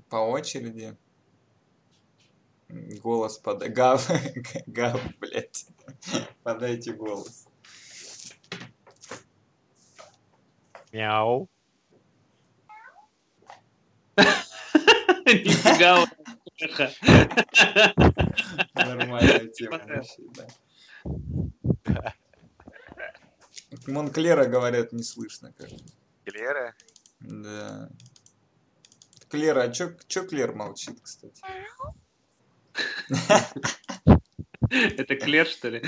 По очереди. Голос Гав, Гав, блядь. Подайте голос. Мяу. Нифига. Нормальная тема вообще, да. Монклера, говорят, не слышно, кажется. Клера? Да. Клера, а чё Клер молчит, кстати? Это Клер, что ли?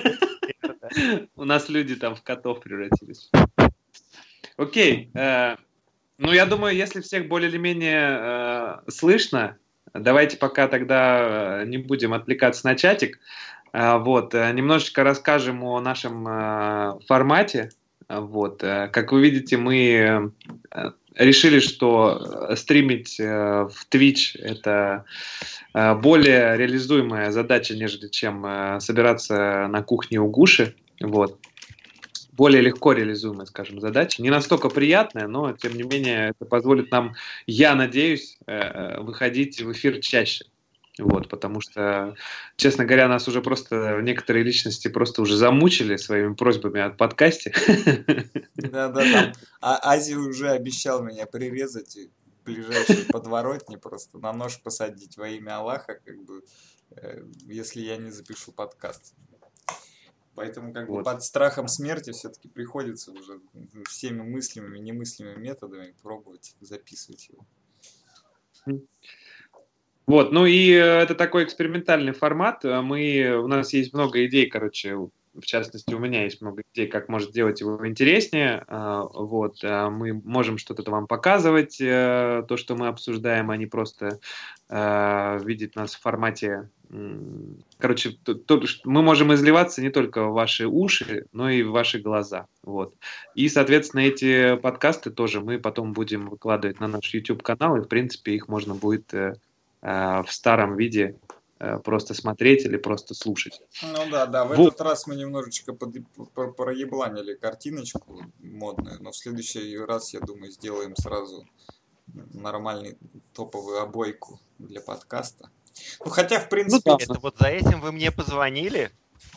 У нас люди там в котов превратились. Окей. Ну, я думаю, если всех более или менее слышно, давайте пока тогда не будем отвлекаться на чатик. Вот, немножечко расскажем о нашем формате. Вот, как вы видите, мы решили, что стримить в Twitch это более реализуемая задача, нежели чем собираться на кухне у Гуши. Вот. Более легко реализуемая, скажем, задача. Не настолько приятная, но, тем не менее, это позволит нам, я надеюсь, выходить в эфир чаще. Вот, потому что, честно говоря, нас уже просто некоторые личности просто уже замучили своими просьбами о подкасте. Да, там Ази уже обещал меня прирезать в ближайшей подворотне, просто на нож посадить во имя Аллаха, как бы, если я не запишу подкаст. Поэтому как бы под страхом смерти все-таки приходится уже всеми мыслимыми, немыслимыми методами пробовать записывать его. Вот, ну и это такой экспериментальный формат. У нас есть много идей, короче, в частности, у меня есть много идей, как может сделать его интереснее. Вот, мы можем что-то вам показывать, то, что мы обсуждаем, а не просто видеть нас в формате. Короче, мы можем изливаться не только в ваши уши, но и в ваши глаза. Вот. И, соответственно, эти подкасты тоже мы потом будем выкладывать на наш YouTube-канал, и, в принципе, их можно будет в старом виде просто смотреть или просто слушать. Ну да, в этот раз мы немножечко проебланили картиночку модную, но в следующий раз, я думаю, сделаем сразу нормальную топовую обойку для подкаста. Ну хотя, в принципе... Это вот за этим вы мне позвонили?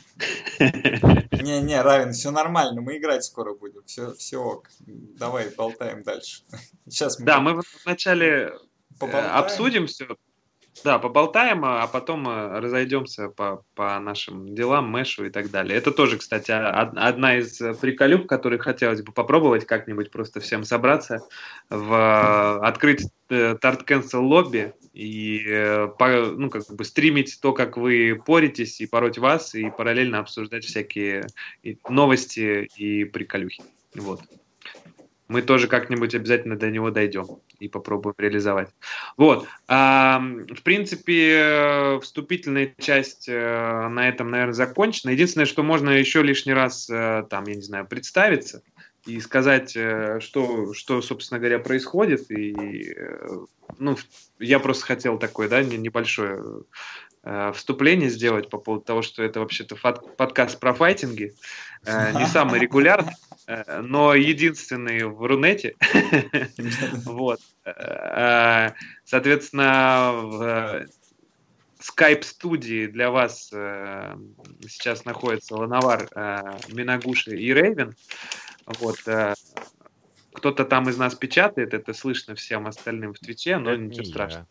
Не, Равин, все нормально, мы играть скоро будем, все ок. Давай болтаем дальше. Сейчас мы вначале обсудим все. Да, поболтаем, а потом разойдемся по нашим делам, мэшу и так далее. Это тоже, кстати, одна из приколюб, которые хотелось бы попробовать как-нибудь просто всем собраться, открыть Tart Cancel лобби и как бы стримить то, как вы поритесь, и пороть вас, и параллельно обсуждать всякие новости и приколюхи. Вот. Мы тоже как-нибудь обязательно до него дойдем и попробуем реализовать. Вот. В принципе, вступительная часть на этом, наверное, закончена. Единственное, что можно еще лишний раз, там, я не знаю, представиться и сказать, что собственно говоря, происходит. И, я просто хотел такое, да, небольшое вступление сделать по поводу того, что это вообще-то подкаст про файтинги. Не самый регулярный, но единственный в Рунете. Вот. Соответственно, в скайп-студии для вас сейчас находится Лановар, Минагуши и Рейвен. Вот. Кто-то там из нас печатает, это слышно всем остальным в Твиче, но ничего страшного.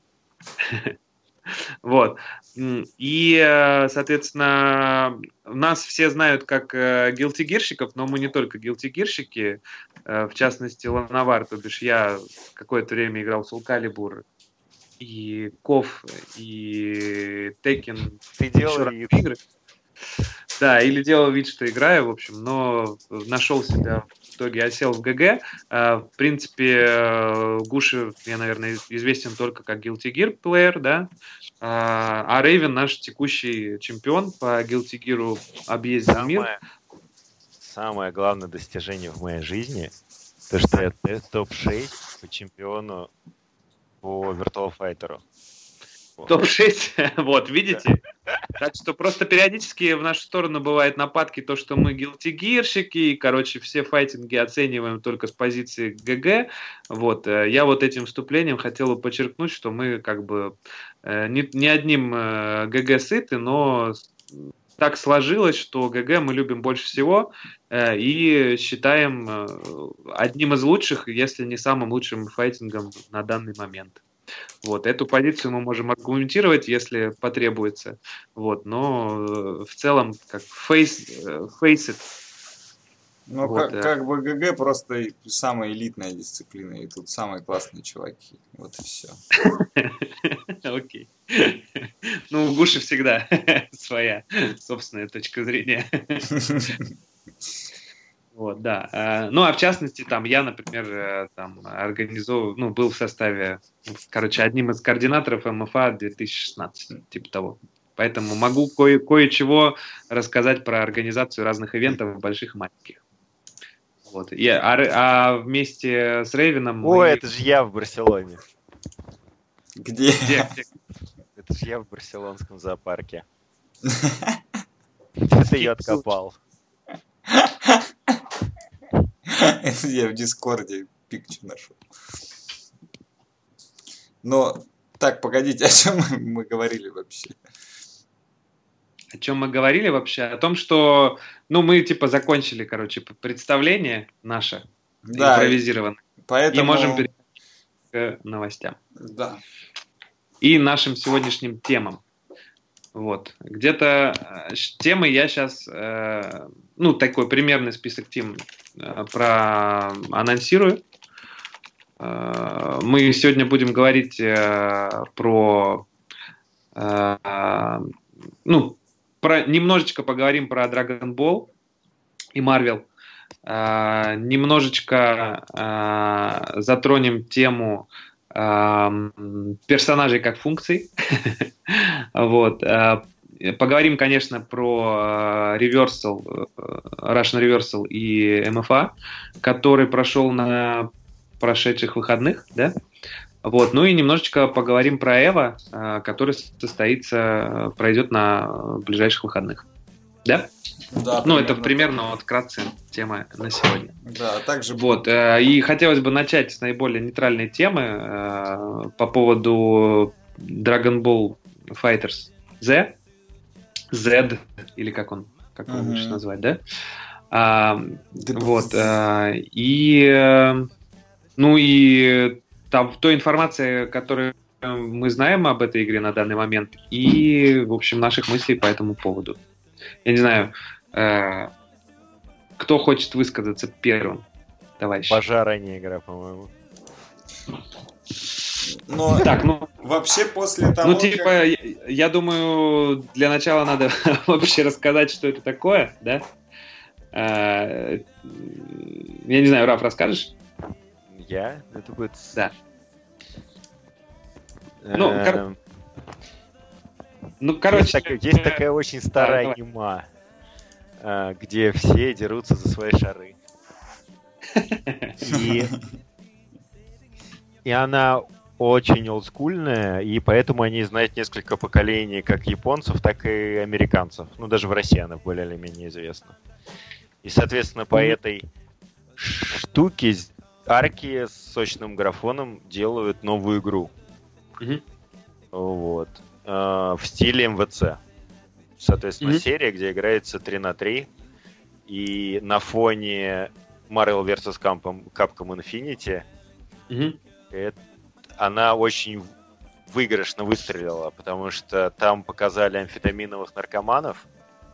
Вот. И, соответственно, нас все знают как гилтигирщиков, но мы не только гилтигирщики. В частности, Лановар, то бишь я какое-то время играл в Soul Calibur, и Ков, и Tekken. Ты делал вид. Игры. Да, или делал вид, что играю, в общем, но нашел себя в итоге, осел в ГГ. В принципе, Гуши, я, наверное, известен только как Guilty Gear плеер, да. А Рейвен наш текущий чемпион по Guilty Gear объездил мир. Самое главное достижение в моей жизни, то, что я топ-6 по чемпиону по Virtua Fighter. Топ-6, вот, видите? Так что просто периодически в нашу сторону бывают нападки, то, что мы гилти-гирщики, и, короче, все файтинги оцениваем только с позиции ГГ. Вот. Я вот этим вступлением хотел бы подчеркнуть, что мы как бы не одним ГГ сыты, но так сложилось, что ГГ мы любим больше всего и считаем одним из лучших, если не самым лучшим файтингом на данный момент. Вот, эту позицию мы можем аргументировать, если потребуется. Вот, но в целом, как face it. Ну, вот, как бы ГГ просто самая элитная дисциплина, и тут самые классные чуваки. Вот и все. Окей. Ну, у Гуши всегда своя собственная точка зрения. Вот, да. Ну, а в частности, там я, например, там организовывал, ну, был в составе, короче, одним из координаторов МФА 2016, типа того. Поэтому могу кое-чего рассказать про организацию разных ивентов, больших и маленьких. Вот. А вместе с Рейвеном... Это же я в Барселоне. Где? Это же я в барселонском зоопарке. Это я откопал. Это я в Дискорде пикчу нашел. Но, так, погодите, о чем мы говорили вообще? О чем мы говорили вообще? О том, что, ну, мы, типа, закончили, короче, представление наше, да, импровизированное. Поэтому... И можем перейти к новостям. Да. И нашим сегодняшним темам. Вот. Где-то темы я сейчас, ну, такой примерный список тем проанонсирую. Мы сегодня будем говорить про, ну, немножечко поговорим про Dragon Ball и Marvel. Немножечко затронем тему персонажей как функций. Вот. Поговорим, конечно, про Russian Reversal и МФА, который прошел на прошедших выходных, да? Вот. Ну и немножечко поговорим про Эво, который пройдет на ближайших выходных. Да? Да, ну, это примерно вот вкратце тема на сегодня. Да, также... Вот, и хотелось бы начать с наиболее нейтральной темы по поводу Dragon Ball FighterZ, Z, или как его лучше назвать, да? Вот, ну и там той информации, которую мы знаем об этой игре на данный момент, и, в общем, наших мыслей по этому поводу. Я не знаю, кто хочет высказаться первым, товарищ? Пожара не игра, по-моему. Но так, ну вообще после того, ну типа, я думаю, для начала надо вообще рассказать, что это такое, да? Я не знаю, Раф, расскажешь? Я? Это будет... Да. Ну, короче... Есть такая очень старая анима, где все дерутся за свои шары. И она очень олдскульная, и поэтому они знают несколько поколений как японцев, так и американцев. Ну, даже в России она более или менее известна. И, соответственно, по этой штуке Арки с сочным графоном делают новую игру. Вот. В стиле МВЦ. Соответственно, серия, где играется 3-3. И на фоне Marvel vs. Capcom Infinity она очень выигрышно выстрелила, потому что там показали амфетаминовых наркоманов.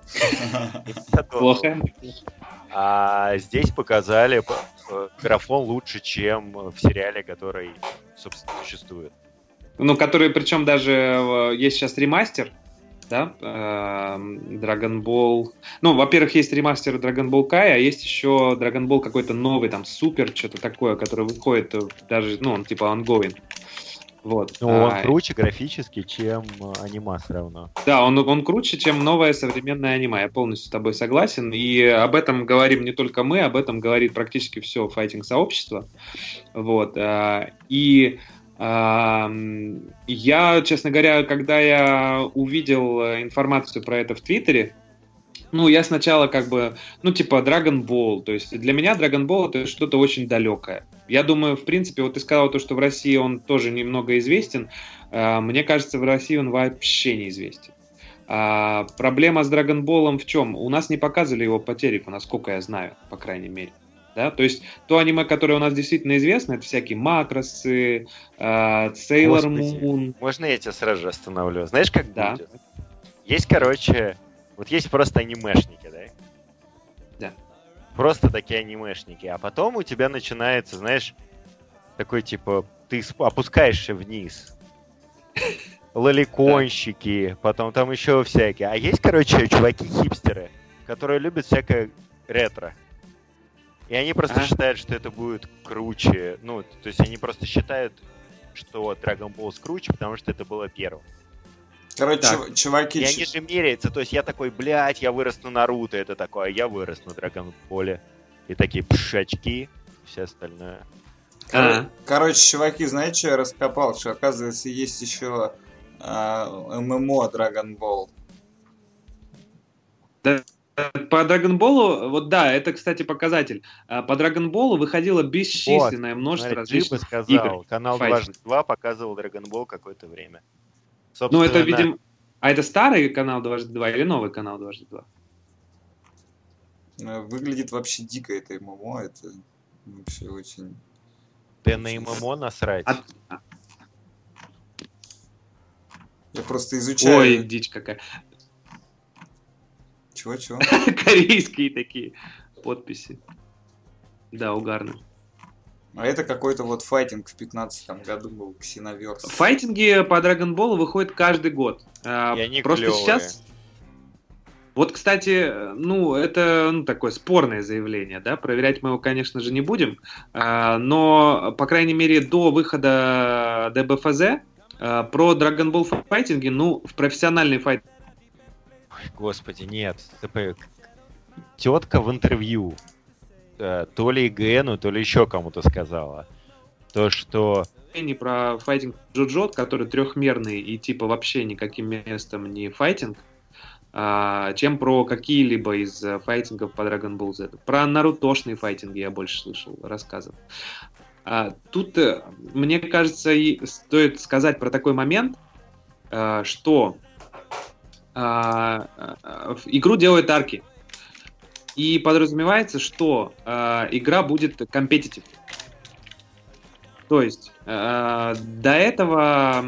Плохо. А здесь показали графон лучше, чем в сериале, который, собственно, существует. Ну, который, причем даже есть сейчас ремастер, да, Dragon Ball. Ну, во-первых, есть ремастер Dragon Ball Kai, а есть еще Dragon Ball какой-то новый, там, супер, что-то такое, который выходит даже, ну, он типа ongoing. Вот. Ну, он круче графически, чем аниме все равно. Да, он круче, чем новое современное аниме. Я полностью с тобой согласен. И об этом говорим не только мы, об этом говорит практически все файтинг-сообщество. Вот. И Я, честно говоря, когда я увидел информацию про это в Твиттере, я сначала Dragon Ball, то есть для меня Dragon Ball это что-то очень далекое. Я думаю, в принципе, вот ты сказал то, что в России он тоже немного известен, мне кажется, в России он вообще неизвестен. Проблема с Dragon Ball'ом в чем? У нас не показывали его по телеку, насколько я знаю, по крайней мере. Да? То есть то аниме, которое у нас действительно известно, это всякие Макросы, Sailor Moon. Можно я тебя сразу же остановлю? Знаешь, как будет? Есть, есть просто анимешники, да? Да. Просто такие анимешники. А потом у тебя начинается, знаешь, такой типа, ты опускаешься вниз. Лоликонщики, потом там еще всякие. А есть, чуваки-хипстеры, которые любят всякое ретро. И они просто считают, что это будет круче. То есть они просто считают, что Dragon Ball круче, потому что это было первым. Чуваки... И они же меряются. То есть я такой, я вырос на Наруто. Это такое, я вырос на Dragon Ball. И такие очки, все остальное. Чуваки, знаете, что я раскопал? Что, оказывается, есть еще ММО Dragon Ball. Да. По Dragon Ball, это, кстати, показатель. По Dragon Ball выходило бесчисленное множество различных игр. Канал 2 показывал Dragon Ball какое-то время. Это, видимо... А это старый канал 2 или новый канал 2? Выглядит вообще дико это ММО. Это вообще очень... Ты на ММО насрать? Я просто изучаю... Ой, дичь какая. Чего? Корейские такие подписи. Да, угарно. А это какой-то файтинг в 15 году был, Xenoverse. Файтинги по Dragon Ball выходят каждый год. И они просто клевые. Сейчас... Вот, кстати, это такое спорное заявление, да, проверять мы его, конечно же, не будем, но, по крайней мере, до выхода ДБФЗ про Dragon Ball файтинги, в профессиональный файтинг. Господи, нет. Тетка в интервью то ли ИГНу, то ли еще кому-то сказала, то, что... Не про файтинг Джоджо, который трехмерный и типа вообще никаким местом не файтинг, чем про какие-либо из файтингов по Dragon Ball Z. Про нарутошные файтинги я больше слышал рассказов. Тут, мне кажется, стоит сказать про такой момент, что игру делают арки. И подразумевается, что игра будет competitive. То есть до этого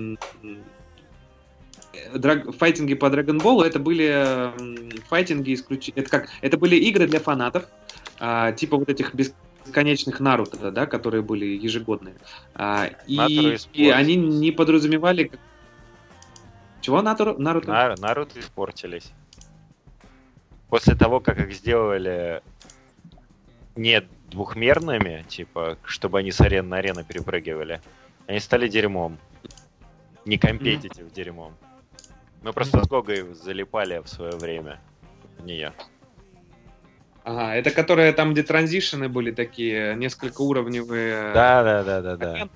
файтинги по Dragon Ball это были файтинги исключительно. Это были игры для фанатов, типа вот этих бесконечных Наруто, да, которые были ежегодные. И они не подразумевали. Чего Наруто? Наруто испортились. После того, как их сделали не двухмерными, типа, чтобы они с арены на арену перепрыгивали, они стали дерьмом. Не компетитив дерьмом. Мы просто с Гогой залипали в свое время в нее. Ага, это которые там, где транзишены были такие, несколько уровневые. Да.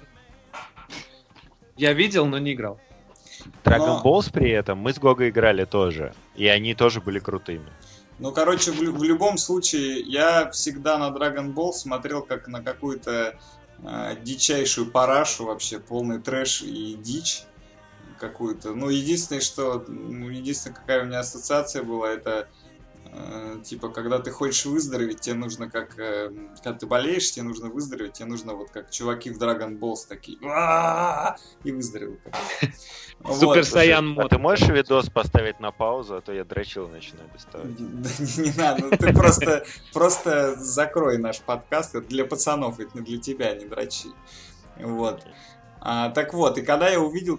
Я видел, но не играл. Dragon Balls при этом мы с Гогой играли тоже. И они тоже были крутыми. В любом случае, я всегда на Dragon Ball смотрел как на какую-то дичайшую парашу, вообще полный трэш и дичь какую-то. Единственное, какая у меня ассоциация была, это типа, когда ты хочешь выздороветь, тебе нужно когда ты болеешь, тебе нужно выздороветь, тебе нужно как чуваки в Dragon Balls такие и выздоровел. Супер Саян мод. А ты можешь видос поставить на паузу, а то я дрочил начинаю доставать. Не надо, ты просто закрой наш подкаст, это для пацанов, это не для тебя, не дрочи. Вот. Так вот, и когда я увидел,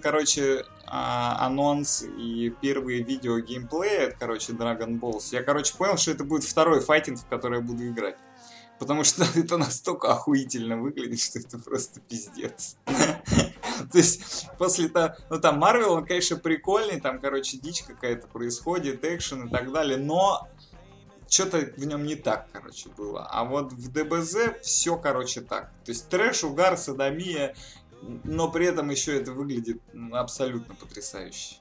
анонс и первые видео геймплея, Dragon Balls, я, понял, что это будет второй файтинг, в который я буду играть. Потому что это настолько охуительно выглядит, что это просто пиздец. То есть, после того... там Марвел, он, конечно, прикольный, там, дичь какая-то происходит, экшен и так далее, но что-то в нем не так, было. А вот в ДБЗ все, так. То есть, трэш, угар, садомия... но при этом еще это выглядит абсолютно потрясающе.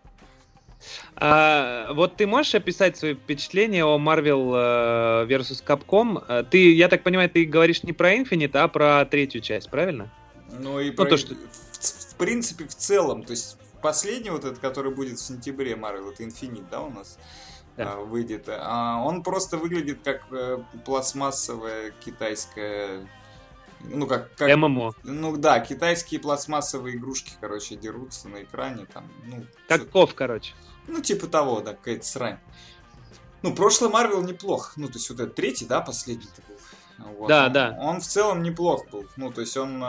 Вот ты можешь описать свои впечатления о Marvel vs. Capcom? Ты, я так понимаю, ты говоришь не про Infinite, а про третью часть, правильно? Ну и про... в принципе, в целом, то есть последний вот этот, который будет в сентябре, Marvel, это Infinite, да, у нас? Да. Выйдет. Он просто выглядит как пластмассовая китайская... Ну, как ММО. Ну да, китайские пластмассовые игрушки, короче, дерутся на экране. Там, ну, как ков, короче. Ну, типа того, да, какая-то срань. Ну, прошлый Марвел неплох. Ну, то есть вот этот третий, да, последний-то был. Вот. Да. Он в целом неплох был. Ну, то есть он...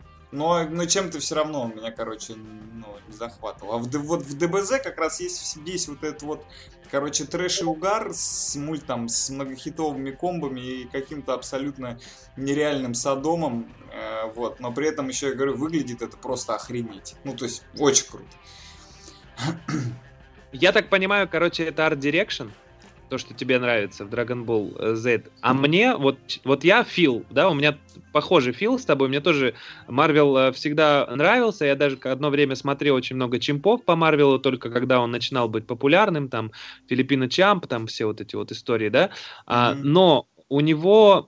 Но чем-то все равно он меня, короче, не захватывал. А вот в ДБЗ как раз есть весь вот этот вот, короче, трэш и угар с многохитовыми комбами и каким-то абсолютно нереальным содомом. Вот. Но при этом еще, я говорю, выглядит это просто охренеть. Ну, то есть очень круто. Я так понимаю, короче, это Art Direction, то, что тебе нравится в Dragon Ball Z. А мне, вот я Фил, да, у меня похожий Фил с тобой, мне тоже Marvel всегда нравился, я даже одно время смотрел очень много чимпов по Марвелу, только когда он начинал быть популярным, там, Филиппино Чамп, там, все вот эти вот истории, да, но у него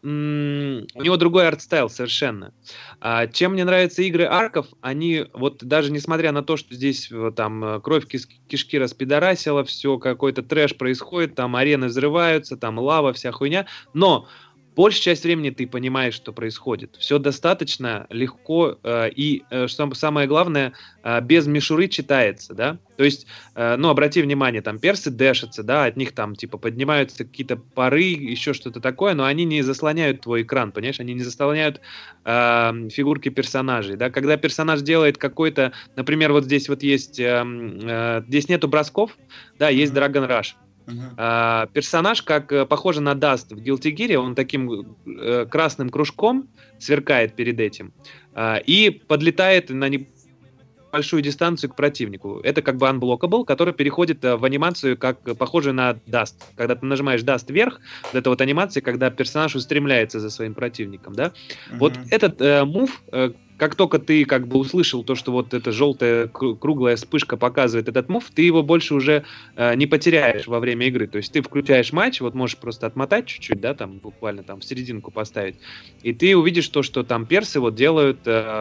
другой арт-стайл совершенно. Чем мне нравятся игры арков, они, вот даже несмотря на то, что здесь там кровь кишки распидорасила, все, какой-то трэш происходит, там арены взрываются, там лава, вся хуйня, но большую часть времени ты понимаешь, что происходит. Все достаточно легко и, что самое главное, без мишуры читается, да? То есть, обрати внимание, там персы дэшатся, да, от них там типа поднимаются какие-то пары, еще что-то такое, но они не заслоняют твой экран, понимаешь? Они не заслоняют фигурки персонажей, да? Когда персонаж делает какой-то, например, вот здесь вот есть, здесь нету бросков, да, есть Dragon Rush. Персонаж, как похоже на Даст в Guilty Gear, он таким красным кружком сверкает перед этим и подлетает на большую дистанцию к противнику. Это как бы unblockable, который переходит в анимацию, как похоже на Даст. Когда ты нажимаешь Даст вверх, вот эта вот анимация, когда персонаж устремляется за своим противником, да? Вот этот мув, как только ты как бы услышал то, что вот эта желтая круглая вспышка показывает этот мув, ты его больше уже не потеряешь во время игры. То есть ты включаешь матч, вот можешь просто отмотать чуть-чуть, да, там буквально там в серединку поставить, и ты увидишь то, что там персы вот делают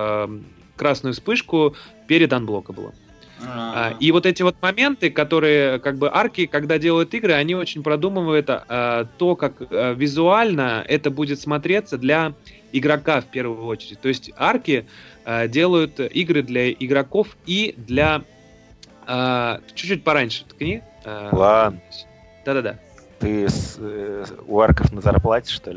красную вспышку перед Unblockable. И вот эти вот моменты, которые как бы арки, когда делают игры, они очень продумывают то, как визуально это будет смотреться для игрока в первую очередь. То есть арки делают игры для игроков и для... чуть-чуть пораньше ткни. Ладно. Да-да-да. Ты у арков на зарплате, что ли?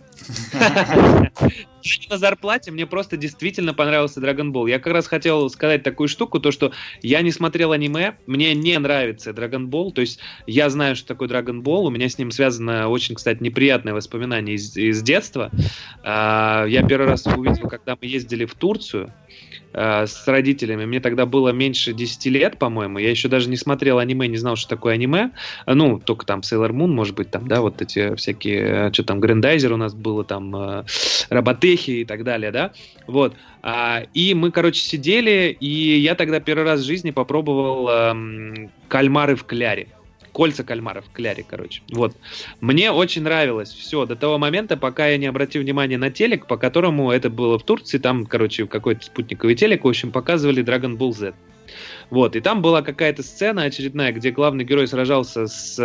Я не на зарплате, мне просто действительно понравился Dragon Ball. Я как раз хотел сказать такую штуку, то что я не смотрел аниме, мне не нравится Dragon Ball, то есть я знаю, что такое Dragon Ball, у меня с ним связано очень, кстати, неприятное воспоминание из детства. Я первый раз увидел, когда мы ездили в Турцию с родителями, мне тогда было меньше 10 лет, по-моему, я еще даже не смотрел аниме, не знал, что такое аниме, ну, только там Sailor Moon, может быть, там, да, вот эти всякие, что там, Грандайзер у нас было, там, Роботехи и так далее, да, вот, и мы, короче, сидели, и я тогда первый раз в жизни попробовал кальмары в кляре. Кольца кальмаров в кляре, короче. Вот. Мне очень нравилось все до того момента, пока я не обратил внимания на телек, по которому это было в Турции, там, короче, какой-то спутниковый телек, в общем, показывали Dragon Ball Z. Вот, и там была какая-то сцена очередная, где главный герой сражался с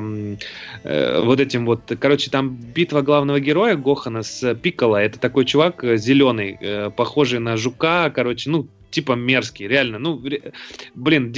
вот этим вот, короче, там битва главного героя Гохана с Пикколо, это такой чувак зеленый, похожий на жука, короче, ну, типа мерзкий, реально, ну, блин,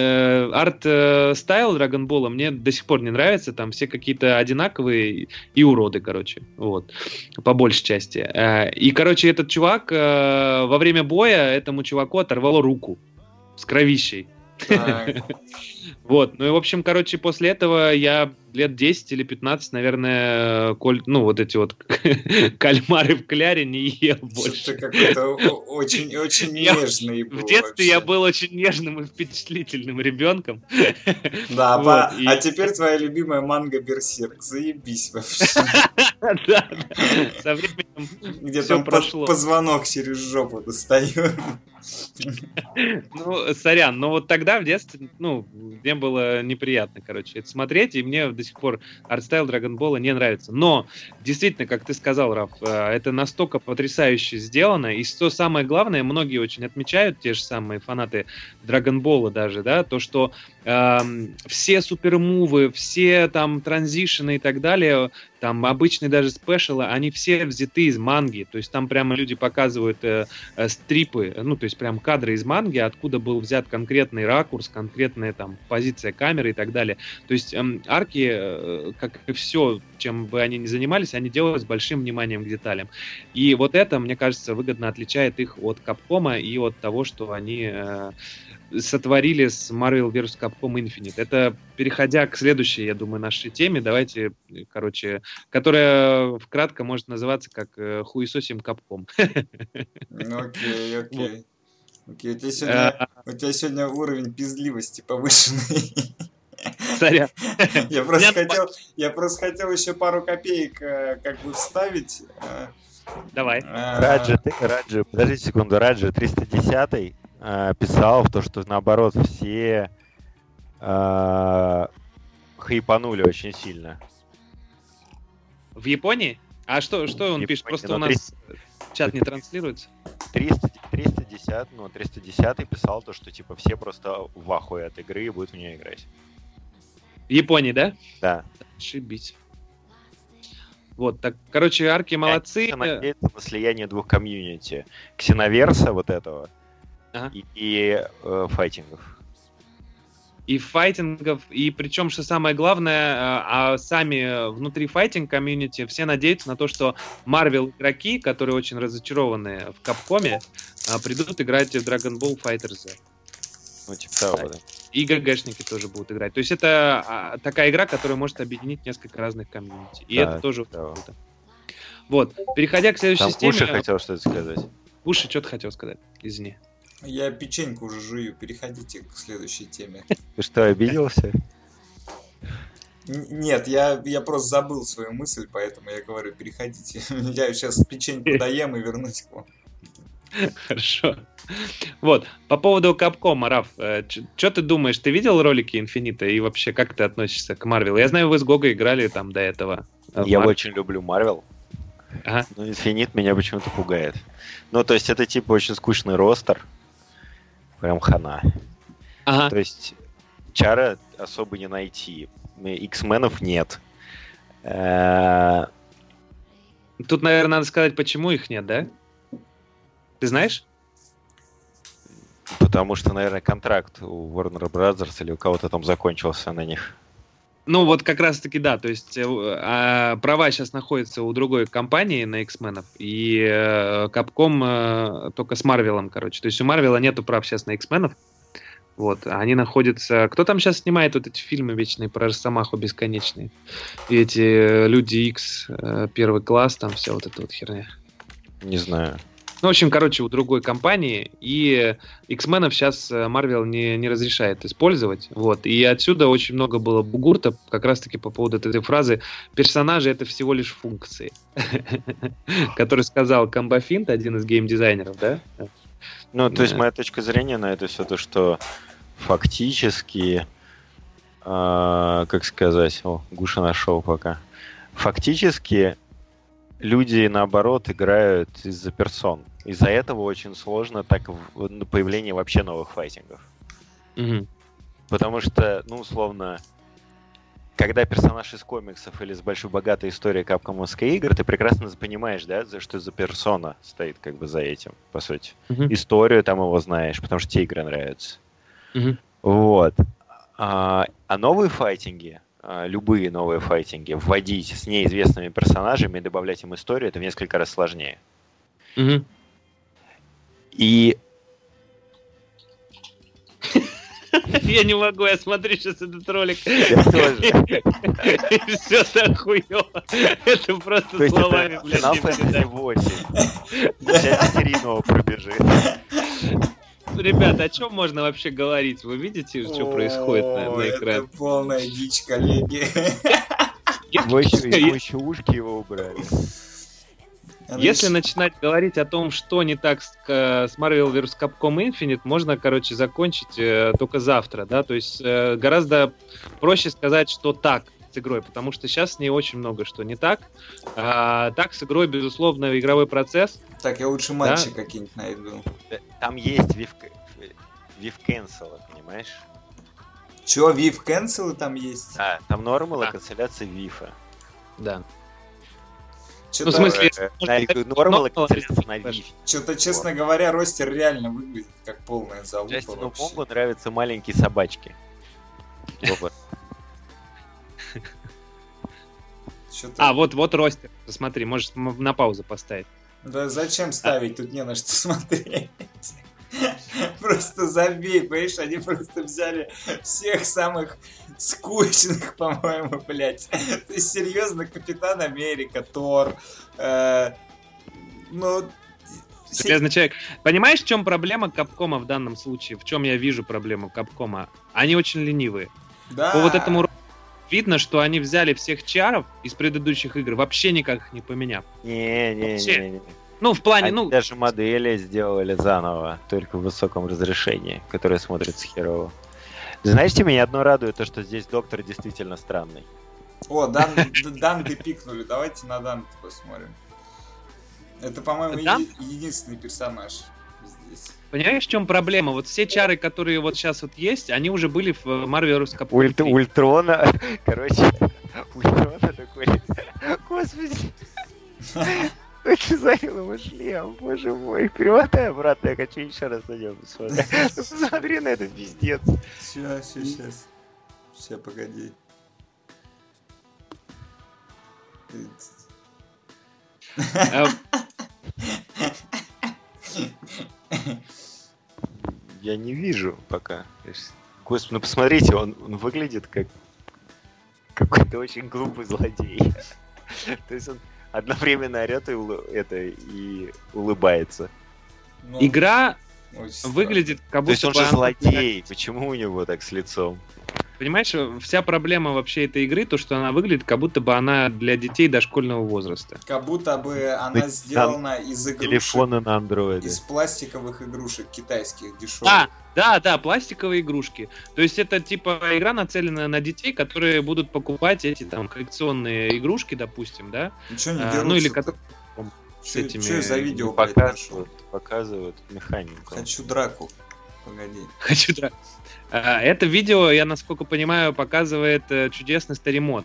арт-стайл Dragon Ball мне до сих пор не нравится, там все какие-то одинаковые и уроды, короче, вот, по большей части. И, короче, этот чувак во время боя этому чуваку оторвало руку с кровищей. Вот, ну и, в общем, короче, после этого я лет 10 или 15, наверное, вот эти вот кальмары в кляре не ел больше. Что-то какой-то очень нежный был. В детстве я вообще. был очень нежным и впечатлительным ребенком. Да, а теперь твоя любимая манга Берсерк. Заебись вообще. Да, со временем Где все там прошло. позвонок через жопу достает. Ну, сорян, но вот тогда в детстве, мне было неприятно, короче, это смотреть, и мне до сих пор артстайл Драгонбола не нравится. Но, действительно, как ты сказал, Раф, это настолько потрясающе сделано, и что самое главное, многие очень отмечают, те же самые фанаты Драгонбола даже, да, то, что все супермувы, все там транзишены и так далее, там обычные даже спешалы, они все взяты из манги, то есть там прямо люди показывают стрипы, то есть прям кадры из манги, откуда был взят конкретный ракурс, конкретная там позиция камеры и так далее. То есть арки, как и все, чем бы они ни занимались, они делают с большим вниманием к деталям. И вот это, мне кажется, выгодно отличает их от Капкома и от того, что они сотворили с Marvel vs. Capcom Infinite. Это, переходя к следующей, я думаю, нашей теме, давайте, которая вкратко может называться как «Хуесосим Capcom». Окей. У тебя сегодня уровень пиздливости повышенный. Сорян. Я просто хотел еще пару копеек как бы вставить. Давай. Раджи, подожди секунду, Раджи 310 писал, что наоборот все хайпанули очень сильно. В Японии? А что он пишет? Просто у нас чат не транслируется. 310 писал что типа все просто в ахуе от игры и будут в нее играть. В Японии, да? Да. Ошибись. Вот, так, короче, арки молодцы. Надеяться на слияние двух комьюнити. Ксеноверса вот этого и файтингов. И файтингов, и причем, что самое главное, сами внутри файтинг-комьюнити все надеются на то, что Marvel игроки, которые очень разочарованы в Капкоме, придут играть в Dragon Ball FighterZ. Ну, типа того, да. И ГГшники тоже будут играть. То есть это такая игра, которая может объединить несколько разных комьюнити. И это тоже круто. Вот, переходя к следующей теме... Уши хотел что-то сказать. Уши что-то хотел сказать, извини. Я печеньку уже жую, переходите к следующей теме. Ты что, обиделся? Нет, я просто забыл свою мысль, поэтому я говорю, переходите. Я сейчас печеньку доем и вернусь к вам. Хорошо. Вот, по поводу Capcom, Раф, что ты думаешь? Ты видел ролики Инфинита и вообще как ты относишься к Marvel? Я знаю, вы с Гогой играли там до этого. Я очень люблю Marvel. Ага. Но Infinite меня почему-то пугает. Ну, то есть это типа очень скучный ростер. Прям хана. Ага. То есть чара особо не найти. X-менов нет. Тут, наверное, надо сказать, почему их нет, да? Ты знаешь? Потому что, наверное, контракт у Warner Brothers или у кого-то там закончился на них. Ну, вот как раз-таки да, то есть права сейчас находятся у другой компании на X-менов, и Capcom только с Марвелом, короче. То есть у Марвела нету прав сейчас на X-менов. Вот, они находятся... Кто там сейчас снимает вот эти фильмы вечные про Росомаху бесконечные? И эти Люди Икс, Первый класс, там вся вот эта вот херня. Не знаю. Ну, в общем, короче, у другой компании, и X-менов сейчас Marvel не разрешает использовать, вот, и отсюда очень много было бугурта как раз-таки по поводу этой фразы «персонажи — это всего лишь функции», который сказал Камбафинт, один из геймдизайнеров, да? Ну, то есть моя точка зрения на это все то, что фактически, как сказать, Гуша нашел пока, фактически люди, наоборот, играют из-за персон. Из-за этого очень сложно появление вообще новых файтингов. Угу. Потому что, условно, когда персонаж из комиксов или с большой богатой историей капкомовской игры, ты прекрасно понимаешь, да, что за персона стоит как бы за этим, по сути. Историю там его знаешь, потому что тебе игры нравятся. Вот. А новые файтинги, любые новые файтинги, вводить с неизвестными персонажами и добавлять им историю, это в несколько раз сложнее. И Я не могу, я смотрю сейчас этот ролик. Я тоже. И все так хуёво. Это просто словами, блядь. Финал Фэнтези 8. Сейчас Кириного пробежит. Ребята, о чем можно вообще говорить? Вы видите, что происходит на экране? Это полная дичь, коллеги. Ему еще ушки его убрали. Если начинать говорить о том, что не так с Marvel vs. Capcom Infinite, можно, короче, закончить только завтра, да, то есть гораздо проще сказать, что так с игрой, потому что сейчас с ней очень много что не так. Так с игрой, безусловно, игровой процесс. Так, я лучше матчи какие-нибудь найду. Там есть Viv Cancel, понимаешь? Чё, Viv Cancel там есть? Да, там нормал и канцеляция Вифа. Да. Что-то, в смысле, нормал и канцеляция на Виф. Что-то, честно говоря, ростер реально выглядит как полная залупа. Джастину Монгу нравятся маленькие собачки. Вот ростер. Посмотри, можешь на паузу поставить. Да зачем ставить? Тут не на что смотреть. Просто забей, понимаешь, они просто взяли всех самых скучных, по-моему, блядь. То есть, серьезно, Капитан Америка, Тор, Железный человек. Понимаешь, в чем проблема Капкома в данном случае? В чем я вижу проблему Капкома? Они очень ленивые. Да. По вот этому видно, что они взяли всех чаров из предыдущих игр, вообще никак их не поменяв. Не. Ну, в плане, они даже модели сделали заново, только в высоком разрешении, которое смотрится херово. Знаете, меня одно радует, то, что здесь доктор действительно странный. О, Данте пикнули, давайте на Данте посмотрим. Это, по-моему, единственный персонаж здесь. Понимаешь, в чем проблема? Вот все чары, которые вот сейчас вот есть, они уже были в Marvel vs. Capcom. Ультрона, Ультрона такой, господи. Очень занял его шлем, боже мой. Перемотай обратно, я хочу еще раз на него посмотреть. Посмотри на это, пиздец. Сейчас. Сейчас, погоди. Я не вижу пока. Господи, ну посмотрите, он выглядит как какой-то очень глупый злодей. То есть он одновременно орет и улыбается. Игра выглядит как будто... То есть он же злодей, почему у него так с лицом? Понимаешь, вся проблема вообще этой игры, то, что она выглядит, как будто бы она для детей дошкольного возраста. Как будто бы она сделана из игрушек. Телефона на андроиде. Из пластиковых игрушек китайских, дешевых. Да, пластиковые игрушки. То есть это типа игра нацелена на детей, которые будут покупать эти там коллекционные игрушки, допустим, да? Ничего не дерутся. Ну или которые с этими... Что за видео, показывают механику. Хочу драку. Погоди. Хочу драку. Это видео, я насколько понимаю, показывает чудесный старимод.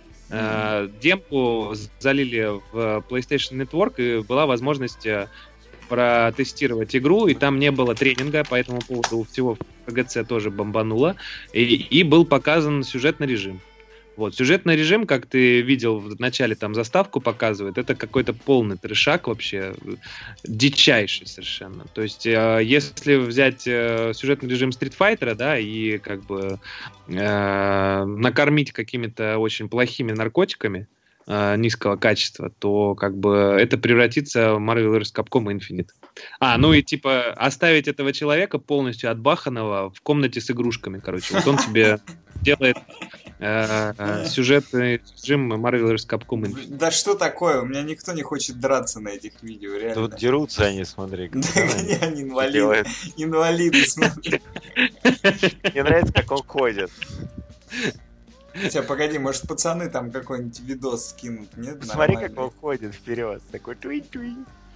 Демку залили в PlayStation Network, и была возможность протестировать игру, и там не было тренинга, по этому поводу всего в КГЦ тоже бомбануло, и был показан сюжетный режим. Вот, сюжетный режим, как ты видел в начале, там заставку показывает, это какой-то полный трешак вообще, дичайший совершенно. То есть, если взять сюжетный режим Street Fighter, да, и как бы накормить какими-то очень плохими наркотиками низкого качества, то как бы это превратится в Marvel vs. Capcom Infinite. Ну и типа оставить этого человека полностью отбаханного в комнате с игрушками, короче. Вот он тебе делает сюжетный режим Marvel vs. Capcom Infinite. Да что такое? У меня никто не хочет драться на этих видео, реально. Тут дерутся они, смотри. Они инвалиды, смотри. Мне нравится, как он ходит. Сейчас, погоди, может пацаны там какой-нибудь видос скинут, нет? Смотри, как он ходит вперед, такой туй-туй.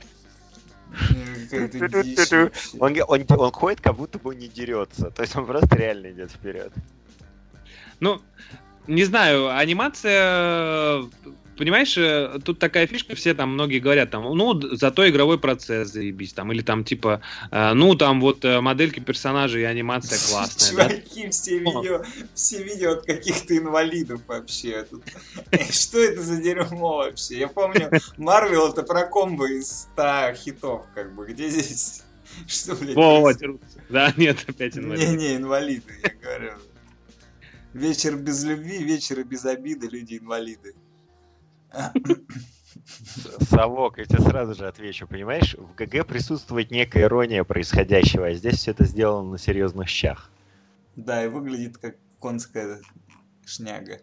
Он ходит, как будто бы не дерется. То есть он просто реально идет вперед. Ну, не знаю, анимация... Понимаешь, тут такая фишка, все там, многие говорят, там, ну, зато игровой процесс заебись, там, или там, типа, ну, там, вот, модельки персонажей и анимация классная. Чуваки, да? все видео от каких-то инвалидов вообще. Что это за дерьмо вообще? Я помню, Marvel это про комбо из 100 хитов, как бы, где здесь Что, блядь? Во, да, нет, опять инвалиды. Не, инвалиды, я говорю. Вечер без любви, вечер и без обиды, люди-инвалиды. Совок, я тебе сразу же отвечу, понимаешь? В ГГ присутствует некая ирония происходящего, а здесь все это сделано на серьезных щах. Да, и выглядит как конская шняга.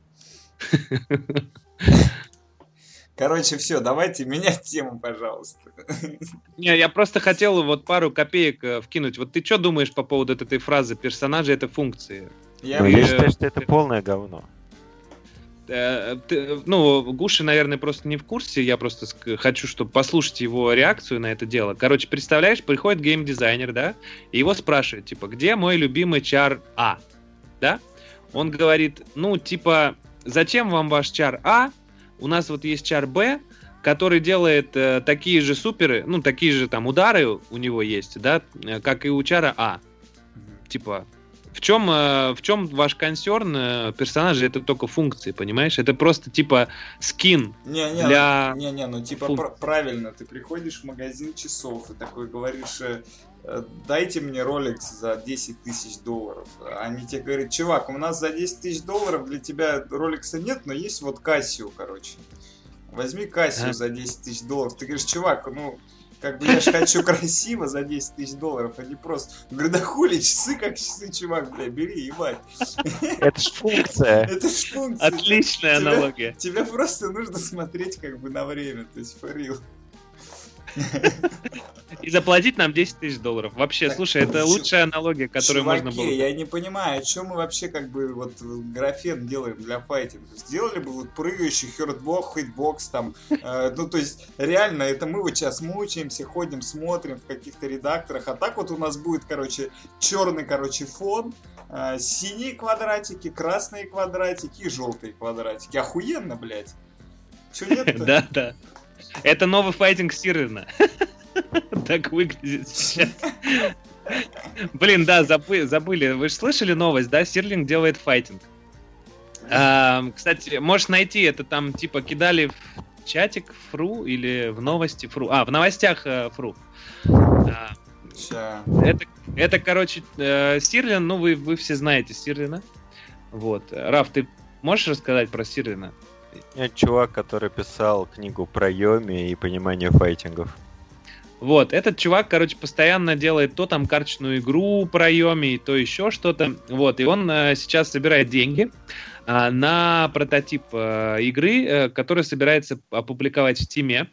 Короче, все, давайте менять тему, пожалуйста. Не, я просто хотел вот пару копеек вкинуть. Вот ты что думаешь по поводу этой фразы «персонажи — это функции»? Я считаю, что это полное говно. Гуши, наверное, просто не в курсе. Я просто хочу, чтобы послушать его реакцию на это дело. Короче, представляешь, приходит геймдизайнер, да, и его спрашивают, типа, где мой любимый чар А? Да? Он говорит, зачем вам ваш чар А? У нас вот есть чар Б, который делает такие же суперы, такие же там удары у него есть, да, как и у чара А. Типа, в чем ваш консерн? Персонажи — это только функции, понимаешь? Это просто типа скин для... Правильно, ты приходишь в магазин часов и такой говоришь, дайте мне Rolex за 10 тысяч долларов. Они тебе говорят, чувак, у нас за 10 тысяч долларов для тебя Rolex нет, но есть вот Casio, короче. Возьми Casio за 10 тысяч долларов. Ты говоришь, чувак, я же хочу красиво за 10 тысяч долларов, а не просто. Говорю, да хули, часы как часы, чувак, бля, бери, ебать. Это ж функция. Это ж функция. Отличная аналогия. Тебе просто нужно смотреть на время, то есть for real. И заплатить нам 10 тысяч долларов. Вообще, слушай, это лучшая аналогия, которую можно было... я не понимаю, что мы вообще графен делаем для файтинга. Сделали бы прыгающий хёртбокс, хитбокс там. То есть, реально, это мы вот сейчас мучаемся, ходим, смотрим в каких-то редакторах. А так вот у нас будет, черный, фон, синие квадратики, красные квадратики и желтые квадратики. Охуенно, блядь. Чё нет-то? Да. Это новый файтинг Сирлина. Так выглядит сейчас. Блин, да, забыли. Вы же слышали новость, да? Сирлинг делает файтинг. Кстати, можешь найти это там, кидали в чатик Фру или в новости Фру. В новостях Фру. Это, Сирлин, вы все знаете Сирлина. Вот. Раф, ты можешь рассказать про Сирлина? Это чувак, который писал книгу про Йоми и понимание файтингов. Вот, этот чувак, постоянно делает то там карточную игру про Йоми, то еще что-то. Вот, и он сейчас собирает деньги на прототип игры, который собирается опубликовать в Steam.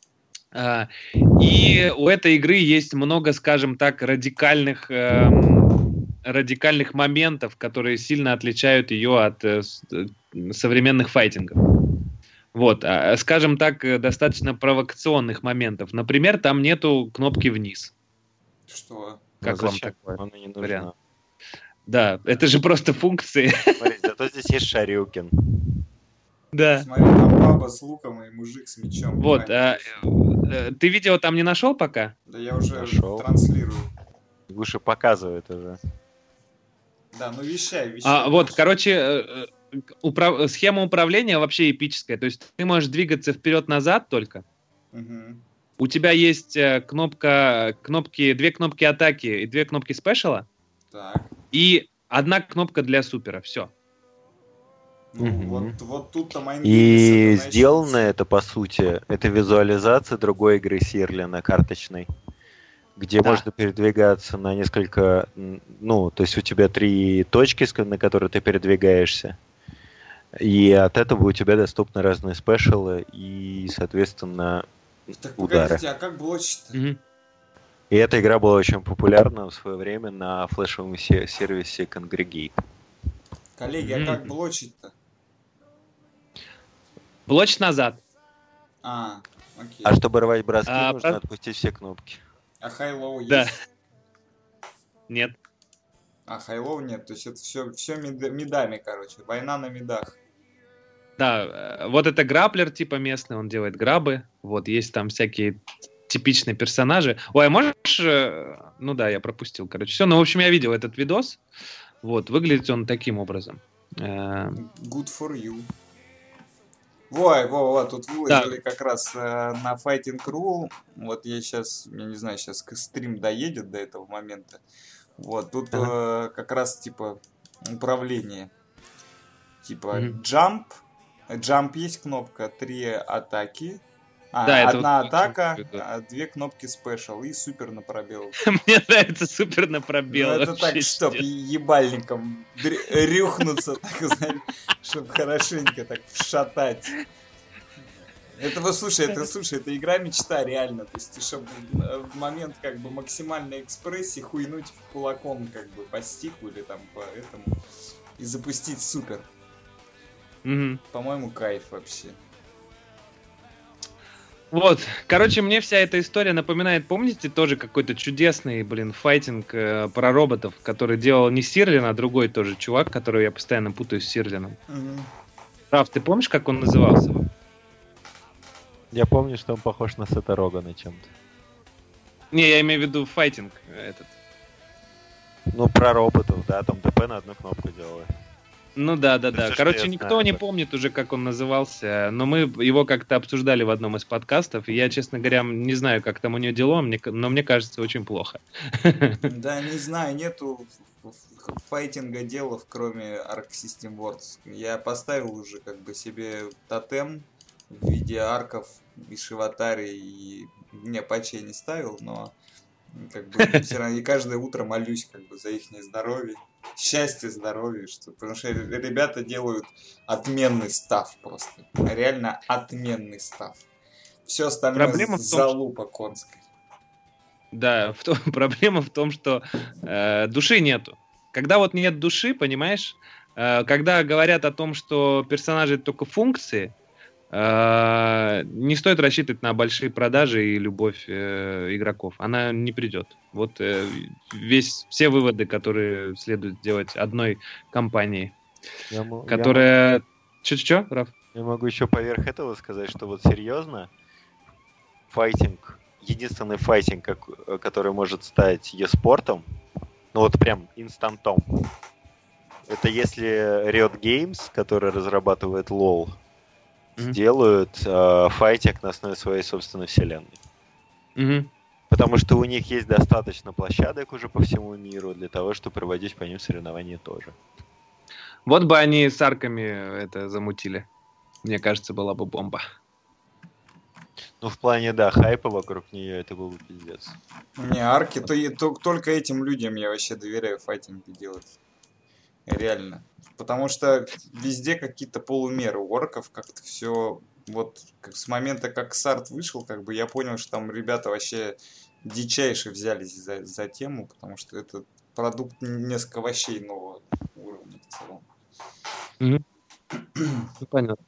И у этой игры есть много, скажем так, радикальных моментов, которые сильно отличают ее от современных файтингов. Вот, скажем так, достаточно провокационных моментов. Например, там нету кнопки вниз. Что? Как вам такое? Она не нужна. Да, это же просто функции. Смотрите, зато здесь есть Шарюкин. Да. Смотри, там баба с луком и мужик с мечом. Вот, ты видео там не нашел пока? Да я уже транслирую. Гуша показывает уже. Да, вещай. Схема управления вообще эпическая. То есть ты можешь двигаться вперед-назад только. Угу. У тебя есть две кнопки атаки и 2 кнопки спешала. Так. И 1 кнопка для супера. Все. Вот тут-то майнгейм. И сделано это, по сути, это визуализация другой игры Сирлина карточной, где можно передвигаться на несколько... то есть у тебя 3 точки, на которые ты передвигаешься. И от этого у тебя доступны разные спешалы и, соответственно, удары. Погодите, а как блочить-то? И эта игра была очень популярна в свое время на флешевом сервисе Congregate. Коллеги, а как блочить-то? Блочь назад. Окей. А чтобы рвать броски, нужно отпустить все кнопки. А хай-лоу есть? Да. Нет. Хай-лоу нет, то есть это все мидами, война на мидах. Да, вот это граплер местный, он делает грабы, вот есть там всякие типичные персонажи. Ой, а можешь... я пропустил, все, в общем, я видел этот видос, вот, выглядит он таким образом. Good for you. Вот, тут выложили как раз на Fighting.ru. Вот я не знаю, сейчас стрим доедет до этого момента. Вот, тут как раз, типа, управление. Типа, jump есть кнопка, 3 атаки. Одна атака, 2 кнопки special и супер на пробел. Мне нравится супер на пробел. Ну, это так, чтоб ебальником рюхнуться, так знаешь, чтобы хорошенько так вшатать. Слушай, это игра мечта, реально. То есть, чтобы в момент как бы максимальной экспрессии хуйнуть кулаком как бы по стику или там по этому и запустить супер. По-моему, кайф вообще. Вот, короче, мне вся эта история напоминает, помните, тоже какой-то чудесный, файтинг про роботов, который делал не Сирлин, а другой тоже чувак, которого я постоянно путаю с Сирлином. Раф, ты помнишь, как он назывался? Я помню, что он похож на Сета Рогана чем-то. Не, я имею в виду файтинг этот. Ну, про роботов, да, там ДП на одну кнопку делали. Ну да. Короче, никто не помнит уже, как он назывался, но мы его как-то обсуждали в одном из подкастов, и я, честно говоря, не знаю, как там у него дела, но мне кажется, очень плохо. Да, не знаю, нету файтинга делов, кроме Arc System Works. Я поставил уже как бы себе тотем в виде арков и Шиватари, и мне патчи я не ставил, но как бы все равно и каждое утро молюсь как бы за их здоровье. Счастье, здоровье, потому что ребята делают отменный став просто. Реально отменный став. Все остальное залупа конская. Да, проблема в том, что души нету. Когда вот нет души, понимаешь, когда говорят о том, что персонажи это только функции, не стоит рассчитывать на большие продажи и любовь игроков. Она не придет. Вот все выводы, которые следует делать одной компании, которая... Че, Раф? Я могу еще поверх этого сказать, что вот серьезно, файтинг, единственный файтинг, который может стать e-спортом, ну вот прям инстантом, это если Riot Games, который разрабатывает LoL, сделают файтинг на основе своей собственной вселенной. Потому что у них есть достаточно площадок уже по всему миру для того, чтобы проводить по ним соревнования тоже. Вот бы они с арками это замутили. Мне кажется, была бы бомба. Ну, в плане, да, хайпа вокруг нее это был бы пиздец. Не, арки, только этим людям я вообще доверяю файтинги делать. Реально. Потому что везде какие-то полумеры у орков, как-то все вот как с момента, как Сарт вышел, как бы я понял, что там ребята вообще дичайше взялись за тему, потому что это продукт несколько вообще нового уровня в целом. Понятно.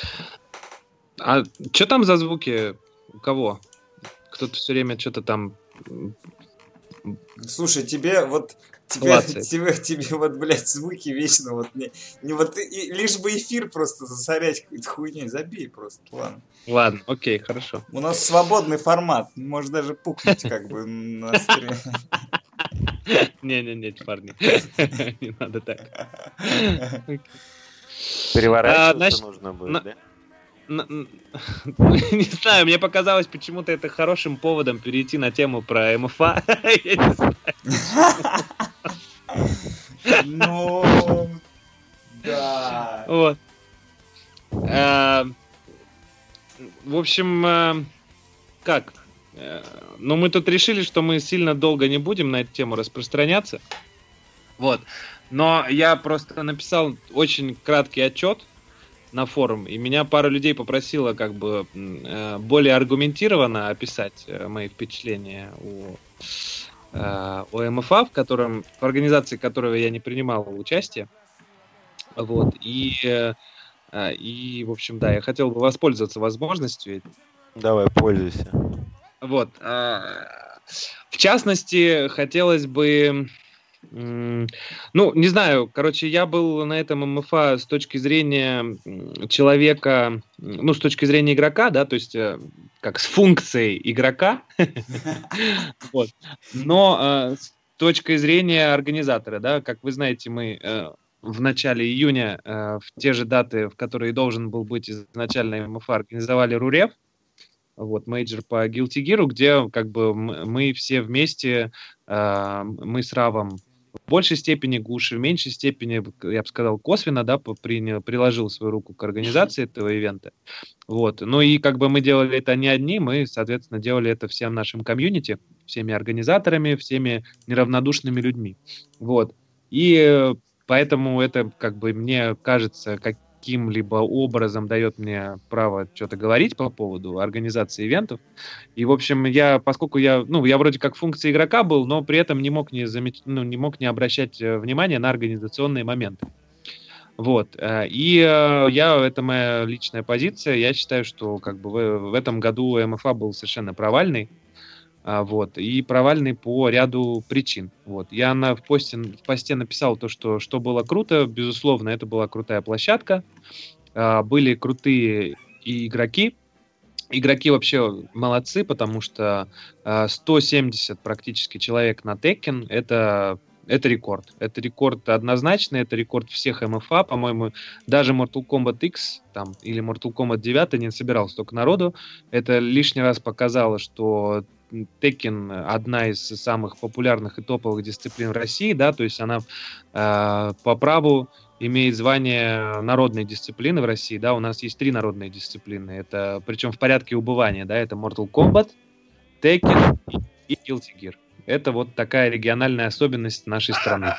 А что там за звуки? У кого? Кто-то все время что-то там... Слушай, тебе вот блядь, звуки вечно вот не вот лишь бы эфир просто засорять какой-то хуйней, забей просто, ладно. Ладно, окей, хорошо. У нас свободный формат, можешь даже пукнуть как бы на стриме. Не, парни, не надо так. Переворачиваться нужно будет, да? Не знаю, мне показалось почему-то это хорошим поводом перейти на тему про МФА. Я не знаю. Ну, да. Вот. В общем, как? Ну, мы тут решили, что мы сильно долго не будем на эту тему распространяться. Вот. Но я просто написал очень краткий отчет на форум, и меня пара людей попросила как бы более аргументированно описать мои впечатления о МФА, в организации которого я не принимал участие. Вот. И, в общем, да, я хотел бы воспользоваться возможностью. Давай, пользуйся. Вот. В частности, хотелось бы... Ну, не знаю, короче, я был на этом МФА с точки зрения человека, ну, с точки зрения игрока, да, то есть как с функцией игрока, но с точки зрения организатора, да, как вы знаете, мы в начале июня, в те же даты, в которые должен был быть изначально МФА, организовали РУРЕФ, вот, мейджор по Guilty Gear, где как бы мы все вместе, мы с Равом в большей степени, Гуши в меньшей степени, я бы сказал, косвенно, да, приложил свою руку к организации этого ивента. Вот. Ну и как бы мы делали это не одни, мы, соответственно, делали это всем нашим комьюнити, всеми организаторами, всеми неравнодушными людьми. Вот. И поэтому это, как бы, мне кажется, каким-либо образом дает мне право что-то говорить по поводу организации ивентов. И, в общем, поскольку я вроде как функция игрока был, но при этом не мог не обращать внимания на организационные моменты. Вот. Это моя личная позиция. Я считаю, что как бы в этом году МФА был совершенно провальный. Вот, и провальный по ряду причин. Вот. Я в посте написал то, что было круто. Безусловно, это была крутая площадка. Были крутые и игроки. Игроки вообще молодцы, потому что 170 практически человек на Tekken — это рекорд. Это рекорд однозначный, это рекорд всех МФА. По-моему, даже Mortal Kombat X или Mortal Kombat 9 не собирал столько народу. Это лишний раз показало, что Tekken одна из самых популярных и топовых дисциплин в России, да, то есть она по праву имеет звание народной дисциплины в России, да, у нас есть 3 народные дисциплины, это, причем в порядке убывания, да, это Mortal Kombat, Tekken и Guilty Gear. Это вот такая региональная особенность нашей страны.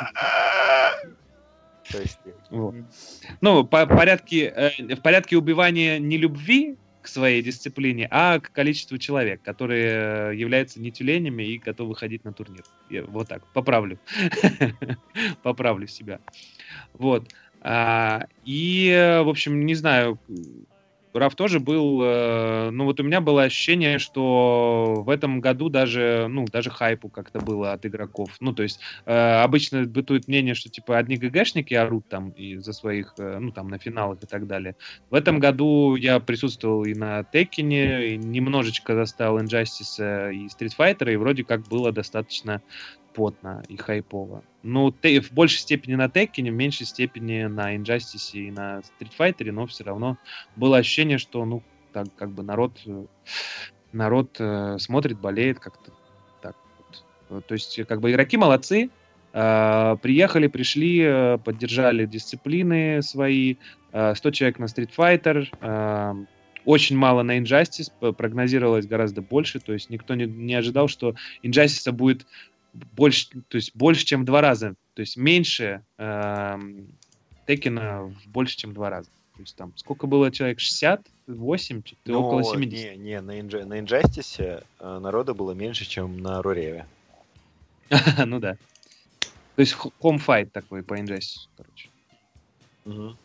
Ну, в порядке убивания не любви к своей дисциплине, а к количеству человек, которые являются не тюленями и готовы ходить на турнир. Я вот так, поправлю. Поправлю себя. Вот. И, в общем, не знаю, Раф тоже был... Ну, вот у меня было ощущение, что в этом году даже хайпу как-то было от игроков. Ну, то есть обычно бытует мнение, что, типа, одни ГГшники орут там из-за своих, на финалах и так далее. В этом году я присутствовал и на Теккене, и немножечко застал Injustice и Street Fighter, и вроде как было достаточно потно и хайпово. Ну, в большей степени на Теккене, в меньшей степени на Injustice и на Street Fighter, но все равно было ощущение, что, так как бы народ смотрит, болеет как-то так вот. То есть, как бы игроки молодцы, пришли, поддержали дисциплины свои, 100 человек на Street Fighter, очень мало на Injustice, прогнозировалось гораздо больше, то есть никто не ожидал, что Injustice будет больше, чем в 2 раза. То есть меньше Теккена больше, чем в 2 раза. То есть там сколько было человек? 68? Около 70? На Injustice народа было меньше, чем на Руреве. Ну да. То есть home-fight такой по Injustice, короче. Угу.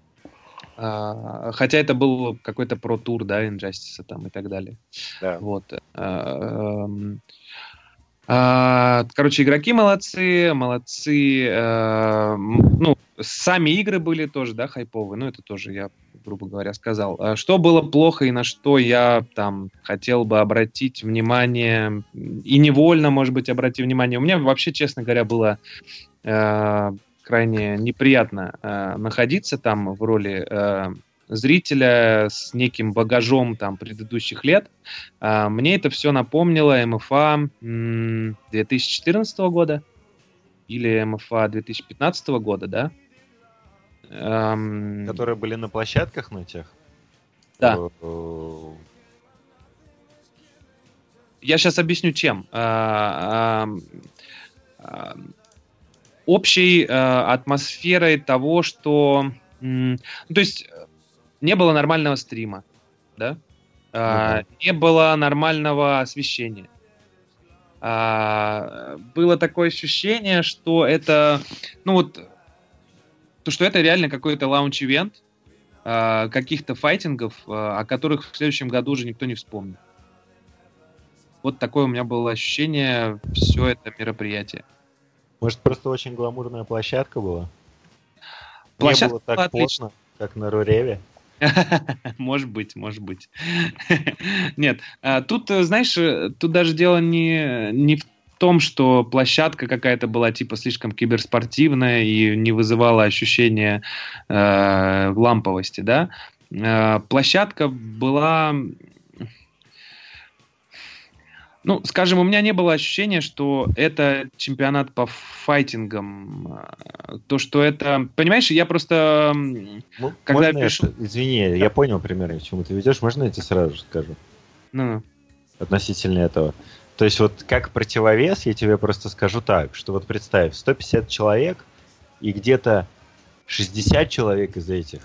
Хотя это был какой-то про-тур, да, Injustice там и так далее. Да. Вот. Короче, игроки молодцы, сами игры были тоже, да, хайповые, это тоже я, грубо говоря, сказал. Что было плохо и на что я там хотел бы обратить внимание, и невольно, может быть, обратить внимание. У меня вообще, честно говоря, было крайне неприятно находиться там в роли зрителя с неким багажом там предыдущих лет. Мне это все напомнило МФА 2014 года или МФА 2015 года, да? Которые были на площадках, тех? Да. Я сейчас объясню, чем. Общей атмосферой того, что... то есть не было нормального стрима, да? Не было нормального освещения. Было такое ощущение, что это... что это реально какой-то лаунч-ивент каких-то файтингов, о которых в следующем году уже никто не вспомнит. Вот такое у меня было ощущение все это мероприятие. Может, просто очень гламурная площадка была? Площадка не было так плотно, как на Руреве? Может быть. Нет, тут, знаешь, тут даже дело не в том, что площадка какая-то была типа слишком киберспортивная и не вызывала ощущения ламповости, да. Площадка была... Ну, скажем, у меня не было ощущения, что это чемпионат по файтингам. То, что это... Понимаешь, я просто... Когда пишу... Извини, я понял примерно, к чему ты ведешь. Можно я тебе сразу же скажу? Ну. Относительно этого. То есть вот как противовес я тебе просто скажу так, что вот представь, 150 человек, и где-то 60 человек из этих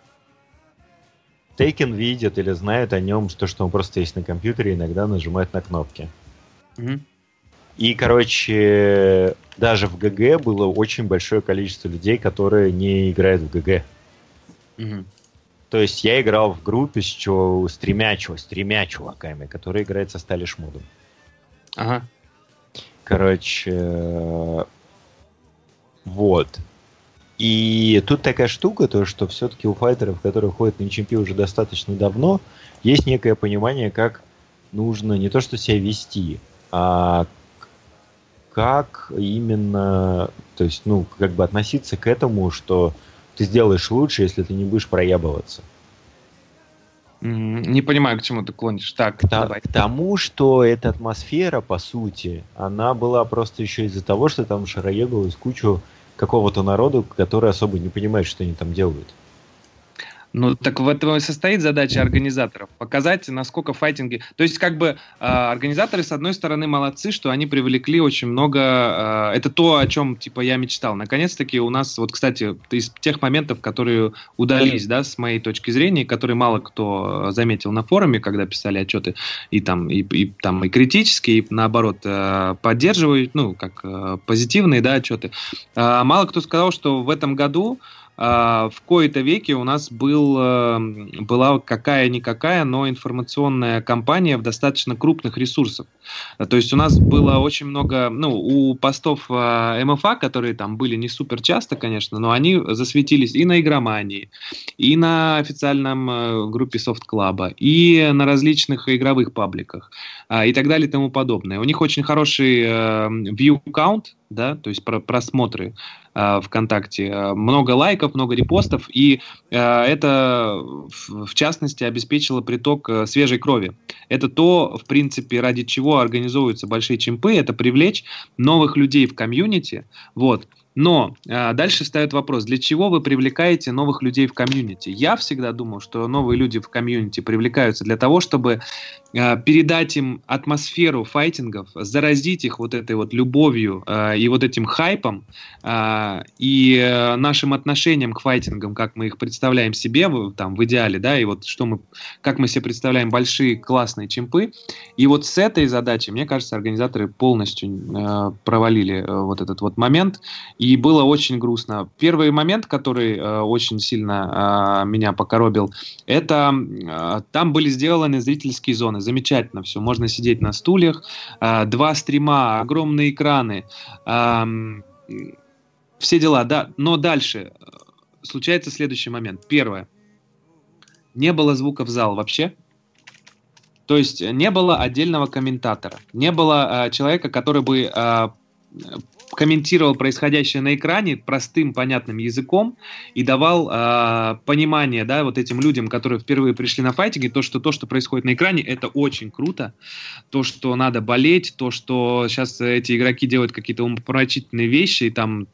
Tekken видят или знают о нем, что он просто есть на компьютере, иногда нажимают на кнопки. Mm-hmm. И, короче, даже в ГГ было очень большое количество людей, которые не играют в ГГ. Mm-hmm. То есть я играл в группе с тремя чуваками, которые играют со Stylish модом. Ага. Короче, вот. И тут такая штука, то что все-таки у файтеров, которые ходят на чемпи уже достаточно давно, есть некое понимание, как нужно не то что себя вести, а как именно, то есть, ну, как бы относиться к этому, что ты сделаешь лучше, если ты не будешь проябываться. Не понимаю, к чему ты клонишь. Так, давай. К тому, что эта атмосфера, по сути, она была просто еще из-за того, что там шароебалось кучу какого-то народу, который особо не понимает, что они там делают. Ну, так в этом и состоит задача организаторов. Показать, насколько файтинги... То есть, как бы, организаторы, с одной стороны, молодцы, что они привлекли очень много... это то, о чем, типа, я мечтал. Наконец-таки у нас, вот, кстати, из тех моментов, которые удались, да, с моей точки зрения, которые мало кто заметил на форуме, когда писали отчеты, и критические, и, наоборот, поддерживают, ну, как позитивные, да, отчеты. Мало кто сказал, что в этом году в кои-то веке у нас была какая-никакая, но информационная кампания в достаточно крупных ресурсах. То есть у нас было очень много, ну, у постов МФА, которые там были не супер часто, конечно, но они засветились и на игромании, и на официальном группе софт-клаба, и на различных игровых пабликах, и так далее и тому подобное. У них очень хороший view count, да, то есть просмотры ВКонтакте, много лайков, много репостов, и это, в частности, обеспечило приток свежей крови. Это то, в принципе, ради чего организовываются большие чемпы, это привлечь новых людей в комьюнити, вот. Но дальше встает вопрос, для чего вы привлекаете новых людей в комьюнити? Я всегда думал, что новые люди в комьюнити привлекаются для того, чтобы передать им атмосферу файтингов, заразить их вот этой вот любовью и вот этим хайпом и нашим отношением к файтингам, как мы их представляем себе там в идеале, да, и вот как мы себе представляем большие классные чемпы. И вот с этой задачей, мне кажется, организаторы полностью провалили вот этот вот момент. И было очень грустно. Первый момент, который очень сильно меня покоробил, это там были сделаны зрительские зоны. Замечательно все. Можно сидеть на стульях. 2 стрима, огромные экраны. Все дела, да. Но дальше случается следующий момент. Первое. Не было звука в зал вообще. То есть не было отдельного комментатора. Не было человека, который бы комментировал происходящее на экране простым, понятным языком и давал понимание, да, вот этим людям, которые впервые пришли на файтинги, то, что происходит на экране, это очень круто. То, что надо болеть, то, что сейчас эти игроки делают какие-то умопомрачительные вещи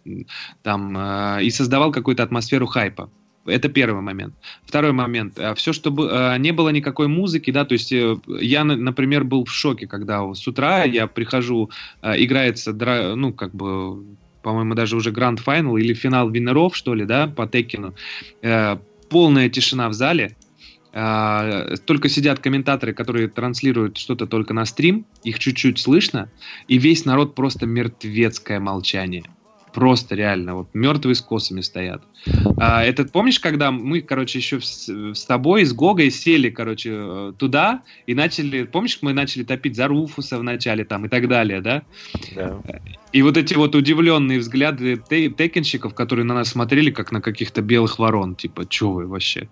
и создавал какую-то атмосферу хайпа. Это первый момент. Второй момент. Все, чтобы не было никакой музыки, да, то есть я, например, был в шоке, когда с утра я прихожу, играется, ну, как бы, по-моему, даже уже гранд-файнал или финал виннеров, что ли, да, по Теккену. Полная тишина в зале. Только сидят комментаторы, которые транслируют что-то только на стрим, их чуть-чуть слышно, и весь народ просто мертвецкое молчание. Просто реально, вот мертвые с косами стоят. Помнишь, когда мы, короче, еще с тобой, с Гогой сели, короче, туда и начали, помнишь, мы начали топить за Руфуса в начале там и так далее, да? Да. И вот эти вот удивленные взгляды текенщиков, которые на нас смотрели, как на каких-то белых ворон, типа, чё вы вообще?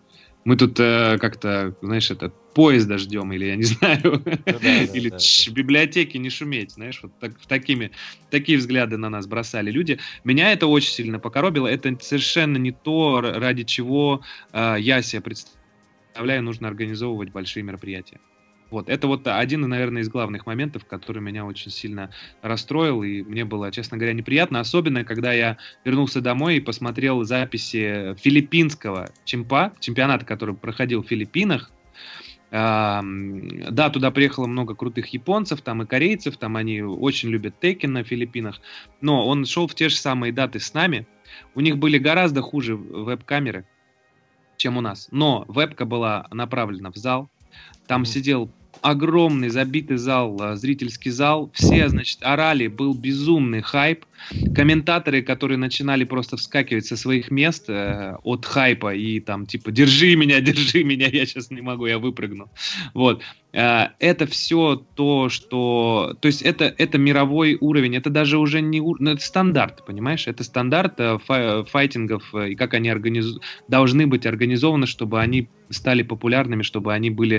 Мы тут как-то, знаешь, поезда ждем, или я не знаю, или в библиотеке не шуметь, знаешь, вот такие взгляды на нас бросали люди. Меня это очень сильно покоробило. Это совершенно не то, ради чего я себе представляю, нужно организовывать большие мероприятия. Вот, это вот один, наверное, из главных моментов, который меня очень сильно расстроил, и мне было, честно говоря, неприятно, особенно, когда я вернулся домой и посмотрел записи филиппинского чемпионата, который проходил в Филиппинах. Да, туда приехало много крутых японцев, там и корейцев, там они очень любят Tekken на Филиппинах, но он шел в те же самые даты с нами, у них были гораздо хуже веб-камеры, чем у нас, но вебка была направлена в зал. Там сидел огромный забитый зал, зрительский зал. Все, значит, орали, был безумный хайп. Комментаторы, которые начинали просто вскакивать со своих мест от хайпа и там типа «Держи меня, я сейчас не могу, я выпрыгну». Вот. Это все то, что... То есть это мировой уровень, это даже уже не... Ну, это стандарт, понимаешь? Это стандарт файтингов и как они должны быть организованы, чтобы они стали популярными, чтобы они были...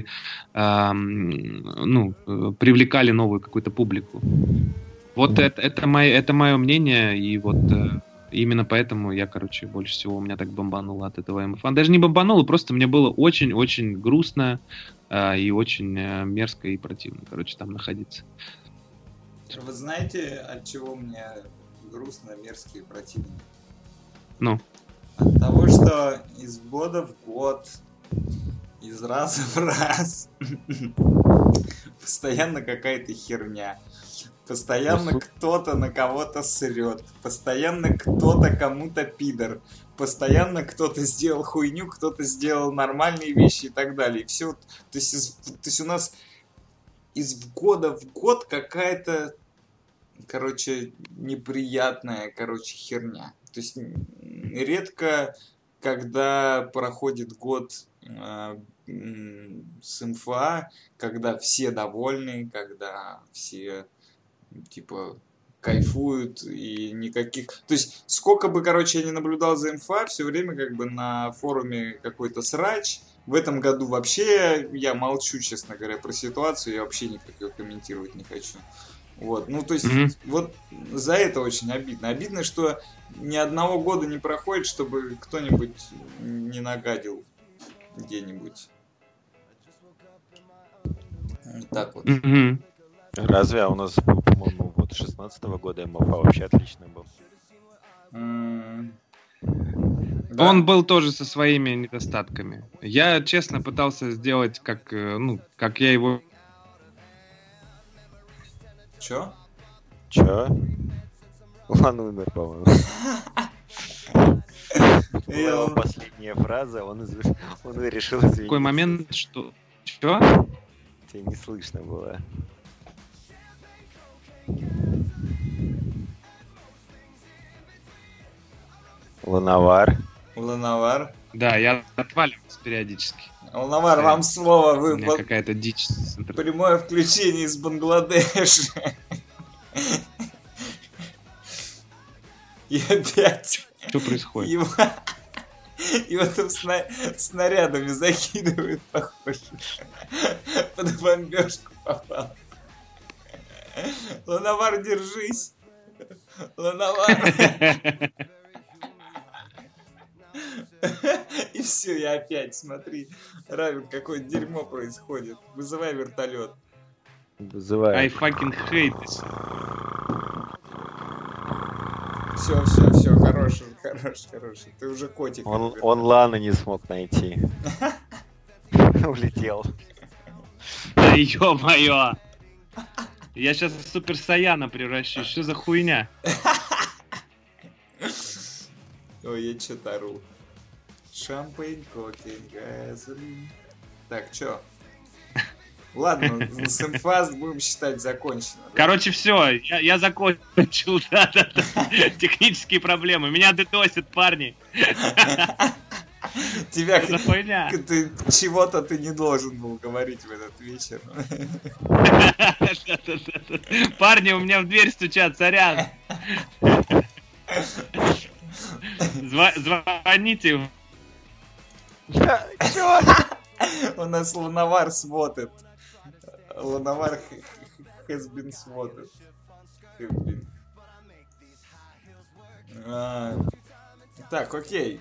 привлекали новую какую-то публику. Вот это мое мнение, и вот именно поэтому я, больше всего у меня так бомбануло от этого МФА. Даже не бомбануло, просто мне было очень-очень грустно и очень мерзко и противно, там находиться. Вы знаете, от чего мне грустно, мерзко и противно? Ну? От того, что из года в год, из раза в раз постоянно какая-то херня. Постоянно кто-то на кого-то срет. Постоянно кто-то кому-то пидор. Постоянно кто-то сделал хуйню, кто-то сделал нормальные вещи и так далее. И все. То есть у нас из года в год какая-то, неприятная, херня. То есть редко, когда проходит год с МФА, когда все довольны, когда все кайфуют и никаких... То есть сколько бы, я не наблюдал за МФА, все время на форуме какой-то срач. В этом году вообще я молчу, честно говоря, про ситуацию, я вообще никак ее комментировать не хочу. Вот, вот за это очень обидно. Обидно, что ни одного года не проходит, чтобы кто-нибудь не нагадил где-нибудь. Вот так вот. Разве у нас был, по-моему, 16-го года МФА вообще отличный был? Да. Он был тоже со своими недостатками. Я, честно, пытался сделать, как я его... Чё? Он умер, по-моему. Была последняя фраза, он решил извиниться. Такой момент, что... Чё? Тебя не слышно было. Луновар. Да, я отваливаюсь периодически. Луновар, вам слово. У меня какая-то дичь. Прямое включение из Бангладеша. И опять... Что происходит? Его там снарядами закидывают, похоже. Под бомбежку попал. Луновар, держись. Луновар. И все, я опять, смотри. Равен, какое дерьмо происходит. Вызывай вертолет. Вызывай. I fucking hate this. Все, хороший. Ты уже котик. Он Лана не смог найти. Улетел. Да ё-моё! Я сейчас в Супер Саяна превращусь. Что за хуйня? Ой, я чё-то ору. Шампейн, коктейль, газолин. Так, чё? Ладно, с МФА будем считать закончено. Да? Короче, все, я закончил, да. Технические проблемы. Меня дедосят, парни. Тебя за хуйня? Ты чего-то ты не должен был говорить в этот вечер. Парни, у меня в дверь стучат, сорян. Звоните. Чё? У нас Луновар свотед. Луновар has been swatted. Так, окей.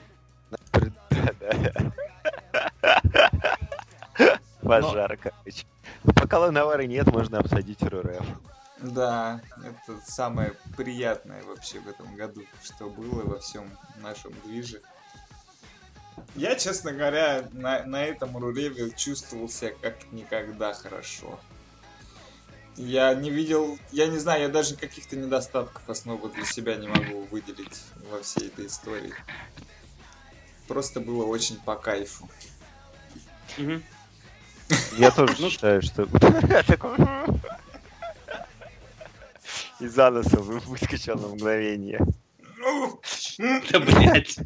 Пожар, короче. Пока Луновара нет, можно обсадить РРФ. Да, это самое приятное вообще в этом году, что было во всем нашем движе. Я, честно говоря, на этом Руреве чувствовал себя как никогда хорошо. Я не видел, я не знаю, я даже каких-то недостатков особо для себя не могу выделить во всей этой истории. Просто было очень по кайфу. Я тоже считаю, что... Из ануса выскочил на мгновение. Да, блядь.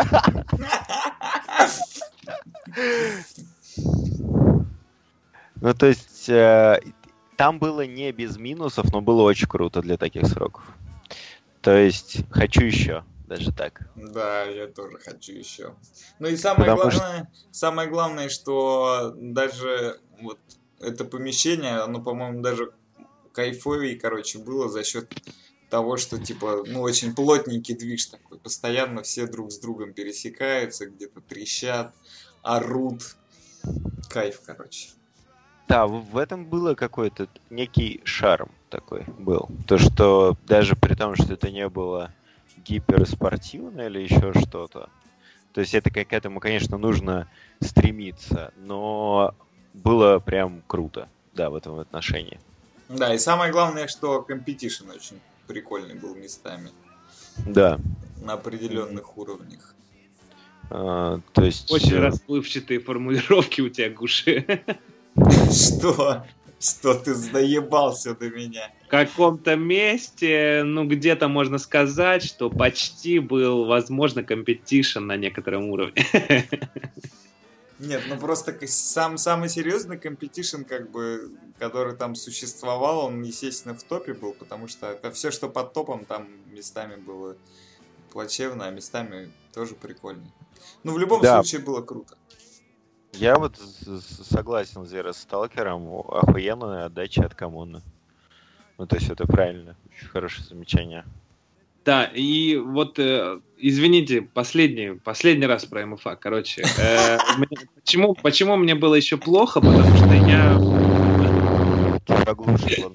Ну, то есть, там было не без минусов, но было очень круто для таких сроков. То есть, хочу еще, даже так. Да, я тоже хочу еще. Ну и самое главное, что даже вот это помещение, оно, по-моему, даже кайфовее, короче, было за счет того, что, типа, ну, очень плотненький движ такой. Постоянно все друг с другом пересекаются, где-то трещат, орут. Кайф, короче. Да, в этом было какой-то некий шарм такой был. То, что даже при том, что это не было гиперспортивно или еще что-то. То есть это к этому, конечно, нужно стремиться, но было прям круто, да, в этом отношении. Да, и самое главное, что компетишн очень прикольный был местами. Да. На определенных уровнях. То есть... Очень расплывчатые формулировки у тебя, Гуши. Что? Что ты заебался до меня? В каком-то месте, ну, где-то можно сказать, что почти был, возможно, компетишн на некотором уровне. Нет, ну просто самый серьезный компетишн, как бы, который там существовал, он, естественно, в топе был, потому что это все, что под топом, там местами было плачевно, а местами тоже прикольно. Ну, в любом случае было круто. Я вот согласен с Сталкером, охуенная отдача от коммуны. Ну, то есть это правильно, очень хорошее замечание. Да, и вот, извините, последний раз про МФА, короче. Почему мне было еще плохо? Потому что я... Оглушила,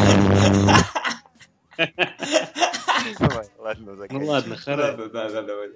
ладно, заканчивай. Ну ладно, хорошо. Да, давай.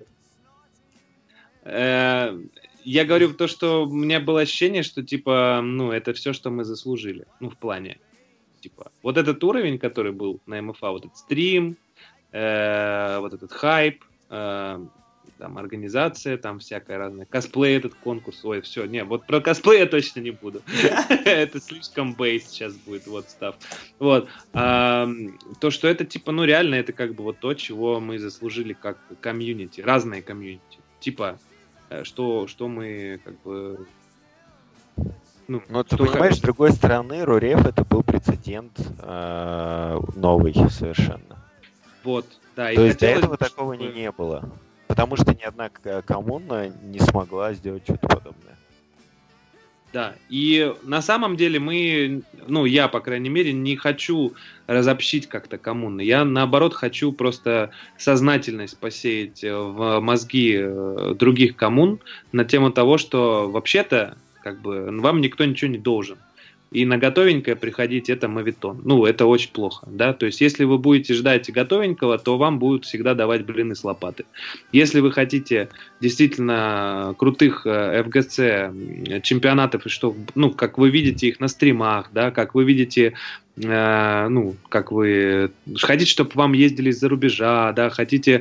Я говорю то, что у меня было ощущение, что, типа, ну, это все, что мы заслужили. Ну, в плане, типа, вот этот уровень, который был на МФА, вот этот стрим, вот этот хайп, там, организация, там, всякая разная, косплей этот конкурс, ой, все, не, вот про косплей я точно не буду. Это слишком бейс сейчас будет, вот, став. Вот. То, что это, типа, ну, реально, это как бы вот то, чего мы заслужили как комьюнити, разные комьюнити. Типа, что мы как бы... Ну, ты понимаешь, с другой стороны, Рурев это был прецедент новый совершенно. Вот, да. То есть до этого такого не было. Потому что ни одна коммуна не смогла сделать что-то подобное. Да, и на самом деле я, по крайней мере, не хочу разобщить как-то коммуны. Я, наоборот, хочу просто сознательность посеять в мозги других коммун на тему того, что вообще-то, как бы, вам никто ничего не должен. И на готовенькое приходить — это моветон. Ну, это очень плохо, да. То есть, если вы будете ждать готовенького, то вам будут всегда давать блины с лопаты. Если вы хотите действительно крутых ФГЦ чемпионатов, и что, ну, как вы видите их на стримах, да, как вы видите, как вы хотите, чтобы вам ездили из-за рубежа, да, хотите...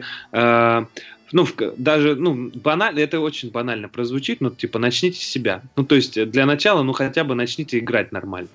банально, это очень банально прозвучит, но, типа, начните с себя. Ну, то есть, для начала, хотя бы начните играть нормально.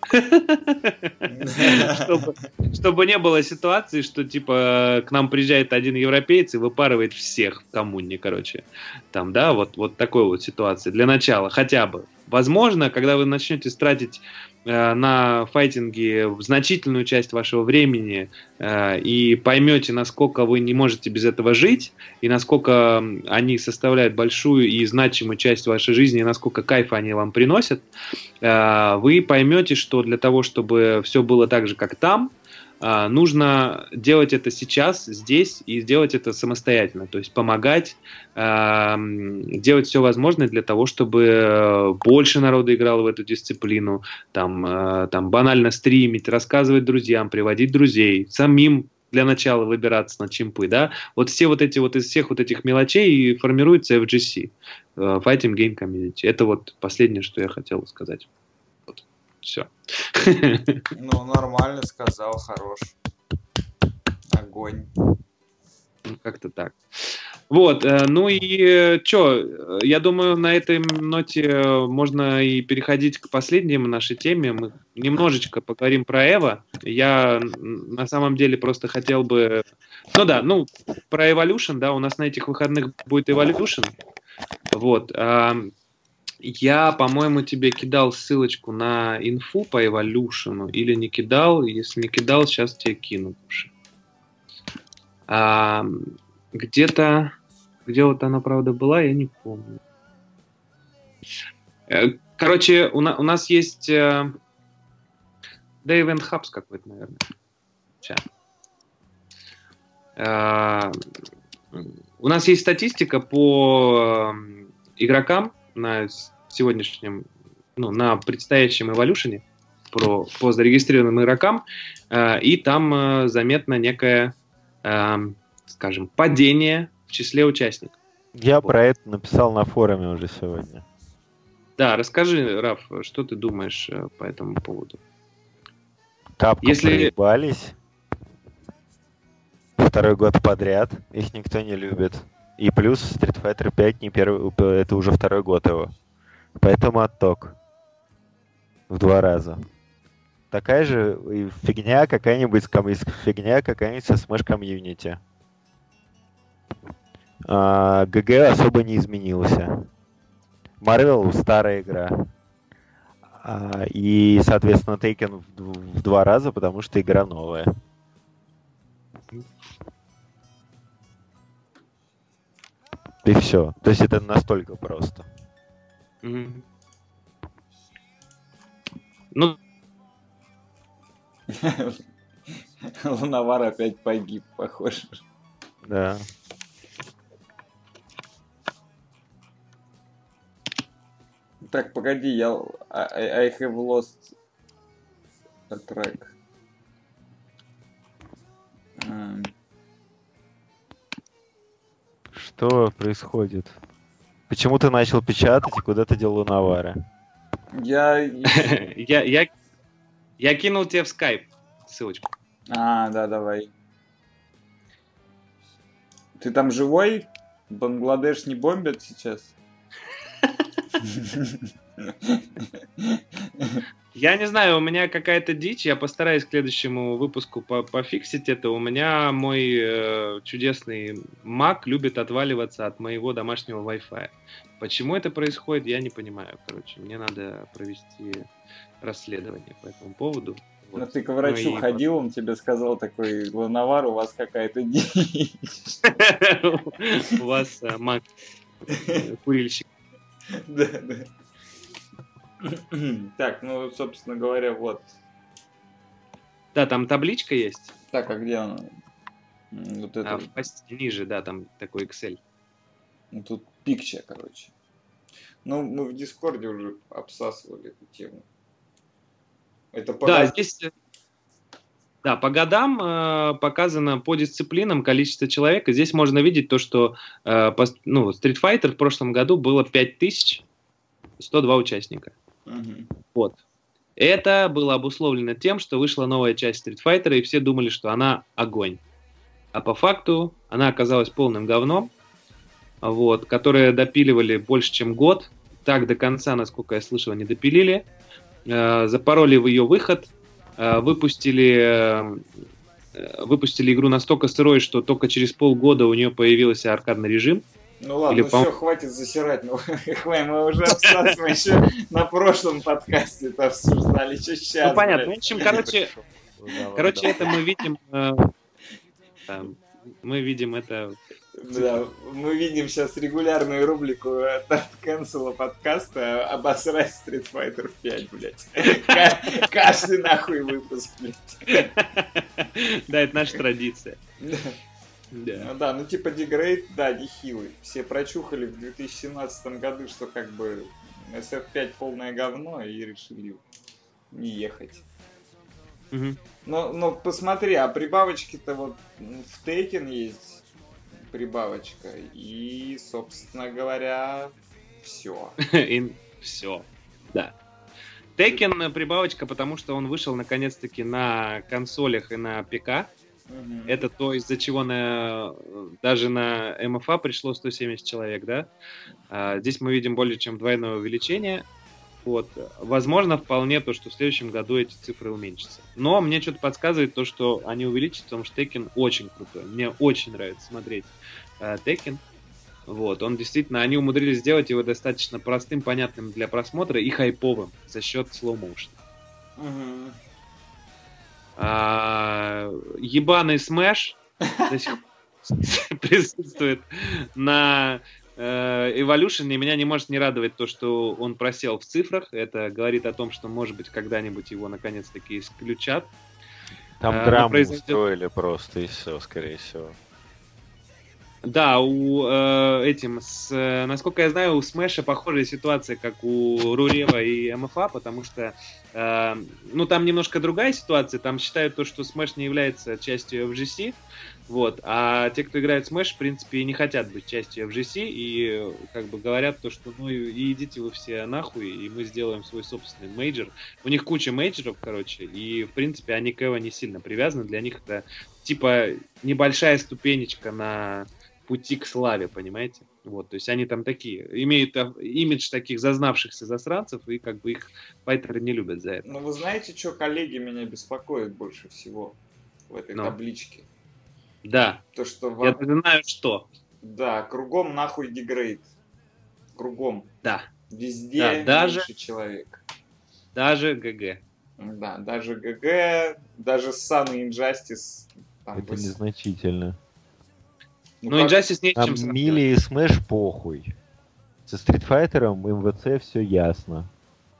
Чтобы не было ситуации, что, типа, к нам приезжает один европеец и выпарывает всех в коммуне, короче. Там, да, вот такой вот ситуации. Для начала, хотя бы. возможно, когда вы начнете тратить на файтинги значительную часть вашего времени и поймете, насколько вы не можете без этого жить, и насколько они составляют большую и значимую часть вашей жизни, и насколько кайфа они вам приносят, вы поймете, что для того, чтобы все было так же, как там, нужно делать это сейчас, здесь, и сделать это самостоятельно. То есть помогать, делать все возможное для того, чтобы больше народа играло в эту дисциплину, там банально стримить, рассказывать друзьям, приводить друзей, самим для начала выбираться на чемпы. Да? Вот все вот эти вот из всех вот этих мелочей формируется FGC, Fighting Game Community. Это вот последнее, что я хотел сказать. Все. Ну, нормально сказал, хорош. Огонь. Как-то так. Вот, ну и что, я думаю, на этой ноте можно и переходить к последней нашей теме. Мы немножечко поговорим про Эво. Я на самом деле просто хотел бы... про Evolution, да, у нас на этих выходных будет Evolution. Вот. Я, по-моему, тебе кидал ссылочку на инфу по Evolution, или не кидал. Если не кидал, сейчас тебе кину. Где-то, где вот она, правда, была, я не помню. Короче, у нас есть Event Hubs какой-то, наверное. Сейчас. У нас есть статистика по игрокам на сегодняшнем, на предстоящем Evolution по зарегистрированным игрокам, и там заметно некое, скажем, падение в числе участников. Я про это написал на форуме уже сегодня. Да, расскажи, Раф, что ты думаешь по этому поводу? Капком проебались. Второй год подряд. Их никто не любит. И плюс Street Fighter 5 не первый, это уже второй год его. Поэтому отток. В 2 раза. Такая же фигня какая-нибудь со Smash Community. ГГ особо не изменился. Marvel старая игра. И, соответственно, Taken в 2 раза, потому что игра новая. И все. То есть это настолько просто. Mm-hmm. Ну. Лунавар опять погиб, похоже. Да. Так, погоди, I have lost a track. Что происходит? Почему ты начал печатать и куда ты дел Лунавара? Я кинул тебе в скайп ссылочку. Да, давай. Ты там живой? Бангладеш не бомбят сейчас? Я не знаю, у меня какая-то дичь, я постараюсь к следующему выпуску пофиксить это. У меня мой чудесный Mac любит отваливаться от моего домашнего Wi-Fi. Почему это происходит, я не понимаю. Короче, мне надо провести расследование по этому поводу. Вот. Ну ты к врачу ходил, он тебе сказал такой: Лунавар, у вас какая-то дичь. У вас Mac курильщик. Да. Так, ну, собственно говоря, вот. Да, там табличка есть. Так, а где она? Вот это. В посте ниже, да, там такой Excel. Ну, тут пикча, короче. Ну, мы в Дискорде уже обсасывали эту тему. Это здесь... Да, по годам показано по дисциплинам количество человек. И здесь можно видеть то, что Street Fighter в прошлом году было 5102 участника. Вот. Это было обусловлено тем, что вышла новая часть Street Fighter, и все думали, что она огонь. А по факту она оказалась полным говном, вот, которые допиливали больше, чем год. Так до конца, насколько я слышал, не допилили. Запороли в ее выход. Выпустили игру настолько сырой, что только через полгода у нее появился аркадный режим. Ну ладно, все, хватит засирать. Мы уже обсуждали, мы еще на прошлом подкасте это обсуждали. Что сейчас? Ну понятно. В общем, короче, это мы видим... Мы видим это... Да, мы видим сейчас регулярную рубрику Cancel подкаста «Обосрать Street Fighter 5», блядь. Каждый нахуй выпуск, блядь. Да, это наша традиция. Да, ну типа Degrade, да, нехилый. Все прочухали в 2017 году, что как бы SF5 полное говно, и решили не ехать. Но посмотри, а прибавочки-то вот в Tekken есть прибавочка, и, собственно говоря, все. Все, да. Tekken прибавочка, потому что он вышел наконец-таки на консолях и на ПК. Это то, из-за чего даже на МФА пришло 170 человек, да? Здесь мы видим более чем двойное увеличение. Вот. Возможно, вполне то, что в следующем году эти цифры уменьшатся. Но мне что-то подсказывает то, что они увеличатся, потому что Tekken очень крутой. Мне очень нравится смотреть Tekken. Вот. Он действительно, они умудрились сделать его достаточно простым, понятным для просмотра и хайповым за счет slow motion. Ебаный Smash до сих пор присутствует на Evolution, и меня не может не радовать то, что он просел в цифрах. Это говорит о том, что, может быть, когда-нибудь его наконец-таки исключат. Там драму устроили просто, и все, скорее всего. Да, насколько я знаю, у Смэша похожая ситуация, как у Рурева и МФА, потому что там немножко другая ситуация. Там считают то, что Смэш не является частью FGC, вот, а те, кто играет в Смэш, в принципе, не хотят быть частью FGC и как бы говорят то, что и идите вы все нахуй, и мы сделаем свой собственный мейджор. У них куча мейджоров, короче, и, в принципе, они к EVO не сильно привязаны. Для них это типа небольшая ступенечка на пути к славе, понимаете? Вот, то есть они там такие, имеют имидж таких зазнавшихся засранцев, и как бы их файтеры не любят за это. Ну, вы знаете, что, коллеги, меня беспокоит больше всего в этой табличке? Да. То, что я знаю, что. Да, кругом нахуй дегрейд. Кругом. Да. Везде да, меньше человек. Даже ГГ. Да, даже ГГ, даже Sun и Injustice. Там это незначительно. Ну, Injustice не чем сравнивать. Мили и Smash похуй. Со Street Fighter МВЦ все ясно.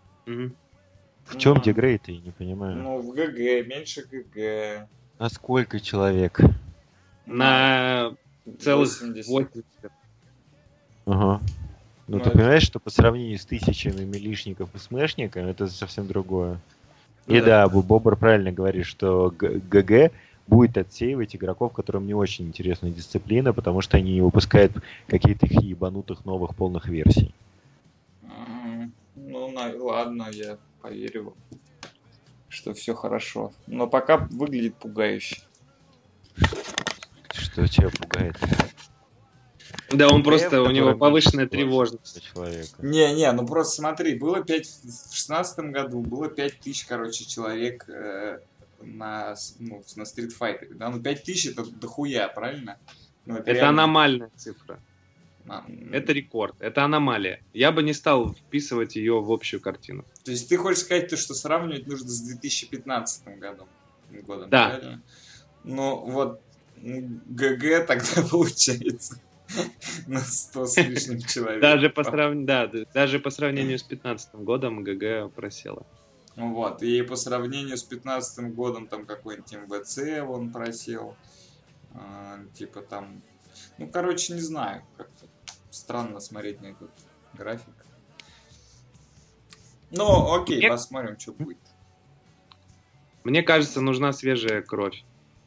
В чем дегрейд, я не понимаю. Ну, в ГГ, меньше ГГ. А сколько человек? На целых 80. Ага. Ну, ты понимаешь, что по сравнению с тысячами милишников и смешников, это совсем другое. И да, Бобр правильно говорит, что ГГ будет отсеивать игроков, которым не очень интересна дисциплина, потому что они не выпускают каких-то ебанутых новых полных версий. Ну, ладно, я поверю, что все хорошо. Но пока выглядит пугающе. Что тебя пугает? Да, он просто, у него повышенная тревожность. Не, ну просто смотри, было 5 в 2016 году, было 5000, короче, человек на Street Fighter. Да? Ну, 5000 это дохуя, правильно? Ну, это реально... аномальная цифра. Это рекорд, это аномалия. Я бы не стал вписывать ее в общую картину. То есть ты хочешь сказать, что сравнивать нужно с 2015 годом? Да. Правильно? Ну, вот ГГ тогда получается на 100 с лишним человек. Даже по сравнению с 2015 годом ГГ просела. Вот, и по сравнению с 2015 годом там какой-нибудь МВЦ он просел. Типа там... Ну, короче, не знаю, как-то странно смотреть на этот график. Ну, окей, посмотрим, что будет. Мне кажется, нужна свежая кровь.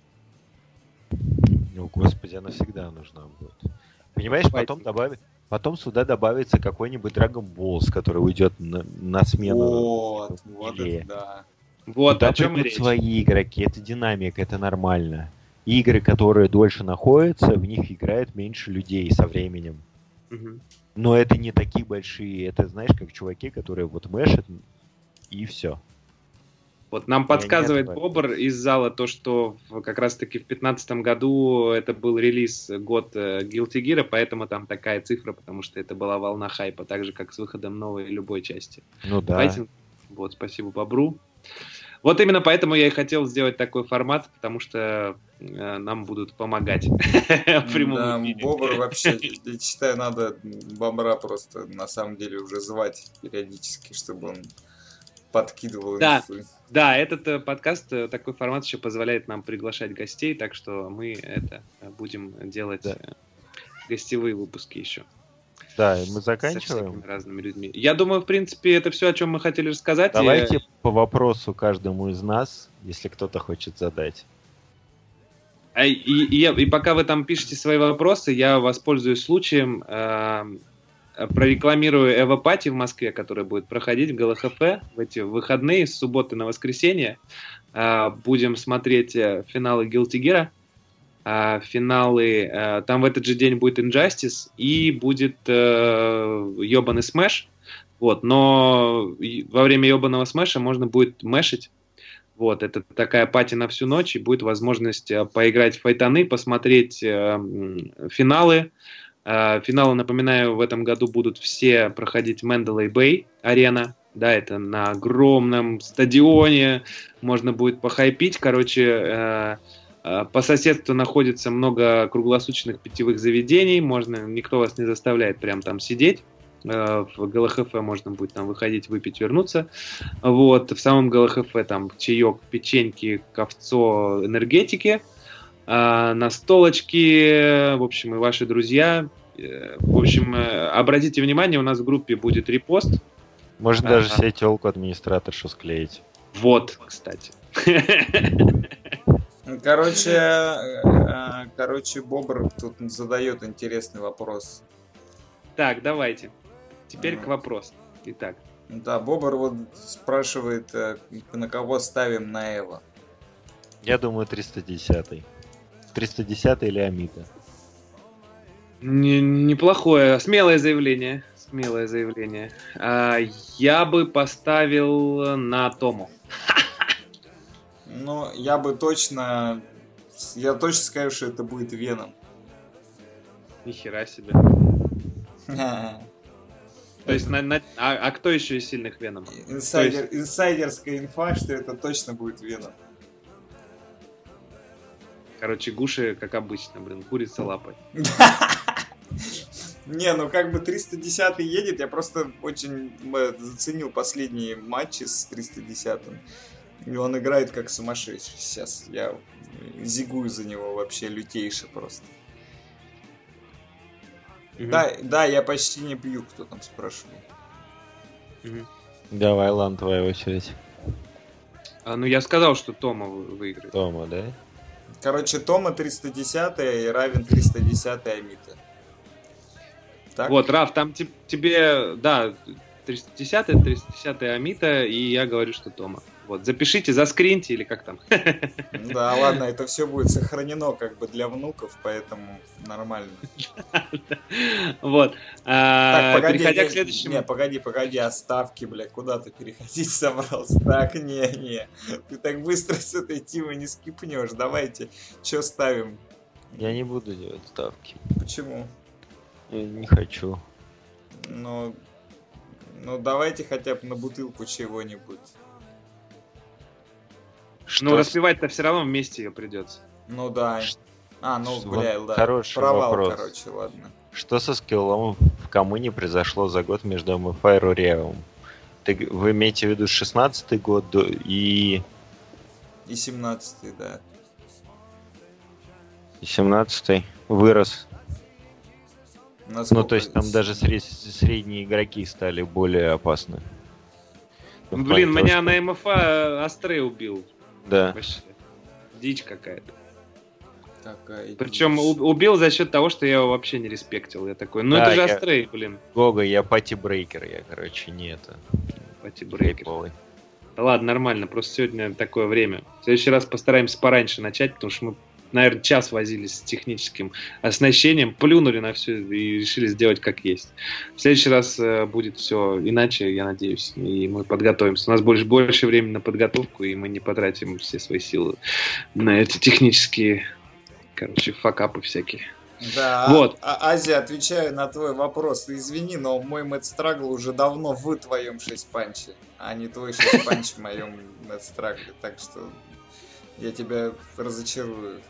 Ну, господи, она всегда нужна будет. Понимаешь, потом сюда добавится какой-нибудь Dragon Balls, который уйдет на смену. Вот это да. Вот, о чем речь. Свои игроки, это динамика, это нормально. Игры, которые дольше находятся, в них играет меньше людей со временем. Но это не такие большие, это, знаешь, как чуваки, которые вот мэшат, и все. Вот нам подсказывает Бобр из зала то, что как раз-таки в 2015 году это был релиз год Guilty Gear, поэтому там такая цифра, потому что это была волна хайпа, так же, как с выходом новой любой части. Ну да. Файтинг. Вот, спасибо Бобру. Вот именно поэтому я и хотел сделать такой формат, потому что нам будут помогать в прямом эфире. Бобр вообще, я считаю, надо Бобра просто на самом деле уже звать периодически, чтобы он подкидывал инфы. Да, этот подкаст, такой формат еще позволяет нам приглашать гостей, так что мы это будем делать гостевые выпуски еще. Да, мы заканчиваем. Со всякими разными людьми. Я думаю, в принципе, это все, о чем мы хотели рассказать. Давайте по вопросу каждому из нас, если кто-то хочет задать. И пока вы там пишете свои вопросы, я воспользуюсь случаем, прорекламирую Эвопати в Москве, которая будет проходить в ГЛХФ в эти выходные с субботы на воскресенье. Будем смотреть финалы Guilty Gear. Финалы, там в этот же день будет Injustice и будет ёбаный Smash. Вот, но во время ёбаного Смэша можно будет мэшить. Вот, это такая пати на всю ночь, и будет возможность поиграть в файтаны, посмотреть финалы. Финалы, напоминаю, в этом году будут все проходить в Mandalay Bay арена. Да, это на огромном стадионе, можно будет похайпить. Короче, по соседству находится много круглосуточных питьевых заведений, никто вас не заставляет прям там сидеть. В ГЛХФ можно будет там выходить, выпить, вернуться. Вот, в самом ГЛХФ там чаек, печеньки, ковцо, энергетики, настолочки, в общем, и ваши друзья. В общем, обратите внимание, у нас в группе будет репост. Можно даже себе телку администраторшу склеить. Вот, кстати. Короче, Бобр тут задает интересный вопрос. Так, давайте. Теперь к вопросу. Итак. Да, Бобр вот спрашивает, на кого ставим на Эво. Я думаю, 310-й. 310-й или Амита. Неплохое, смелое заявление. Я бы поставил на Тому. Ну, я точно скажу, что это будет Веном. Нихера себе. То есть, кто еще из сильных Веном? Инсайдерская инфа, что это точно будет Веном. Короче, Гуши, как обычно, курица лапой. Не, ну как бы 310-й едет, я просто очень заценил последние матчи с 310-м. И он играет как сумасшедший сейчас. Я зигую за него вообще лютейше просто. Да, я почти не пью, кто там спрашивал. Давай, Лан, твоя очередь. Ну, я сказал, что Тома выиграет. Тома, да? Короче, Тома 310-й равен 310-й Амита. Так? Вот, Раф, там тебе, да, 310-й Амита, и я говорю, что Тома. Вот, запишите, заскриньте или как там. Да, ладно, это все будет сохранено как бы для внуков, поэтому нормально. Вот. Переходя к следующему... Не, погоди, оставки, блядь, куда ты переходить собрался? Так, не. Ты так быстро с этой темы не скипнешь. Давайте, что ставим? Я не буду делать ставки. Почему? Я не хочу. Ну, давайте хотя бы на бутылку чего-нибудь. Ну, распивать-то все равно вместе ее придется. Ну да. Да. Хороший провал, вопрос. Короче, ладно. Что со скиллом в Камыне произошло за год между МФА и Руреевым? Вы имеете в виду 16-й год и... И 17-й, да. И 17-й вырос. Насколько... Ну, то есть там даже средние игроки стали более опасны. Блин, меня на МФА Астрей убил. Да. Вообще. Дичь какая-то. Какая Причем убил за счет того, что я его вообще не респектил. Я такой, да, это же Астрей, блин. Гога, я пати-брейкер, я, короче, не это. Пати-брейкер. Да ладно, нормально, просто сегодня такое время. В следующий раз постараемся пораньше начать, потому что мы наверное, час возились с техническим оснащением, плюнули на все и решили сделать как есть. В следующий раз будет все иначе, я надеюсь, и мы подготовимся. У нас больше времени на подготовку, и мы не потратим все свои силы на эти технические, факапы всякие. Да, вот. Азия, отвечаю на твой вопрос. Извини, но мой мэтт-страгл уже давно в твоем 6-панче, а не твой 6-панч в моем мэтт-страгле. Так что я тебя разочарую.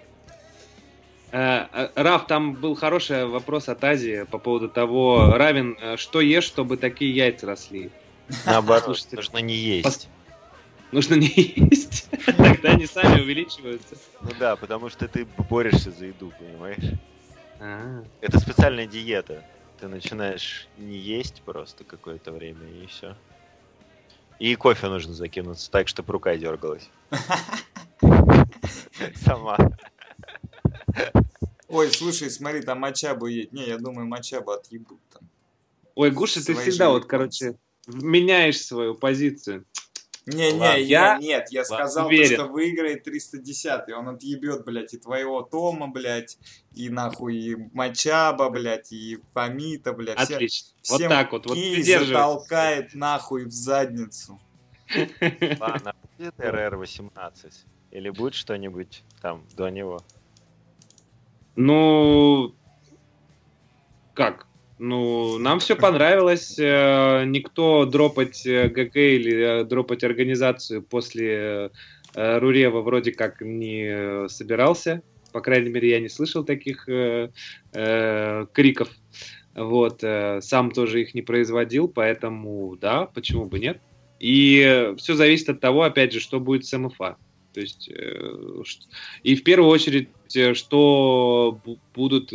Раф, там был хороший вопрос от Азии по поводу того, Равин, что ешь, чтобы такие яйца росли? Наоборот, нужно не есть. Нужно не есть? Тогда они сами увеличиваются. Ну да, потому что ты борешься за еду, понимаешь? Это специальная диета. Ты начинаешь не есть просто какое-то время, и все. И кофе нужно закинуться так, чтобы рука дергалась. Сама. Ой, слушай, смотри, там Мачабу едет. Не, я думаю, Мачабу отъебут там. Ой, Гуша, ты всегда меняешь свою позицию. Нет, я сказал, что выиграет 310-й, он отъебет, блядь, и твоего Тома, блядь, и нахуй и Мачаба, блядь, и Фамита, блядь. Отлично, вот так вот затолкает нахуй в задницу. Ладно, будет РР-18? Или будет что-нибудь там до него? Ну, как? Ну, нам все понравилось. Никто дропать ГК или дропать организацию после Рурева вроде как не собирался. По крайней мере, я не слышал таких криков. Вот. Сам тоже их не производил, поэтому да, почему бы нет. И все зависит от того, опять же, что будет с МФА. То есть, и в первую очередь, что будет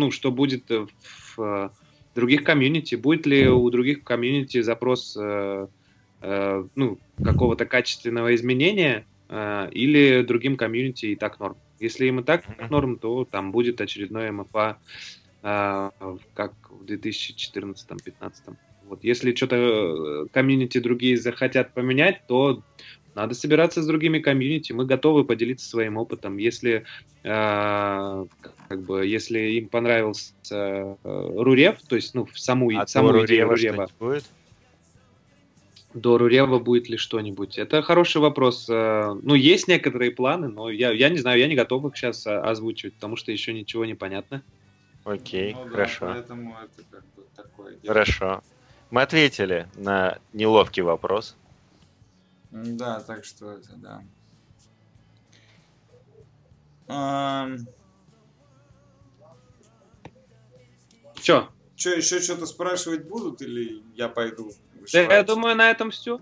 в других комьюнити, будет ли у других комьюнити запрос какого-то качественного изменения, или другим комьюнити и так норм. Если им и так норм, то там будет очередной МФА, как в 2014-2015. Вот. Если что-то комьюнити другие захотят поменять, то надо собираться с другими комьюнити. Мы готовы поделиться своим опытом. Если если им понравился Рурев, то есть, саму идею Рурева. До Рурева будет ли что-нибудь? Это хороший вопрос. Есть некоторые планы, но я не знаю, я не готов их сейчас озвучивать, потому что еще ничего не понятно. Окей, хорошо. Поэтому это как бы такое дело. Хорошо. Мы ответили на неловкий вопрос. Да, так что это, да. Че, еще что-то спрашивать будут или я пойду? Я думаю, на этом все.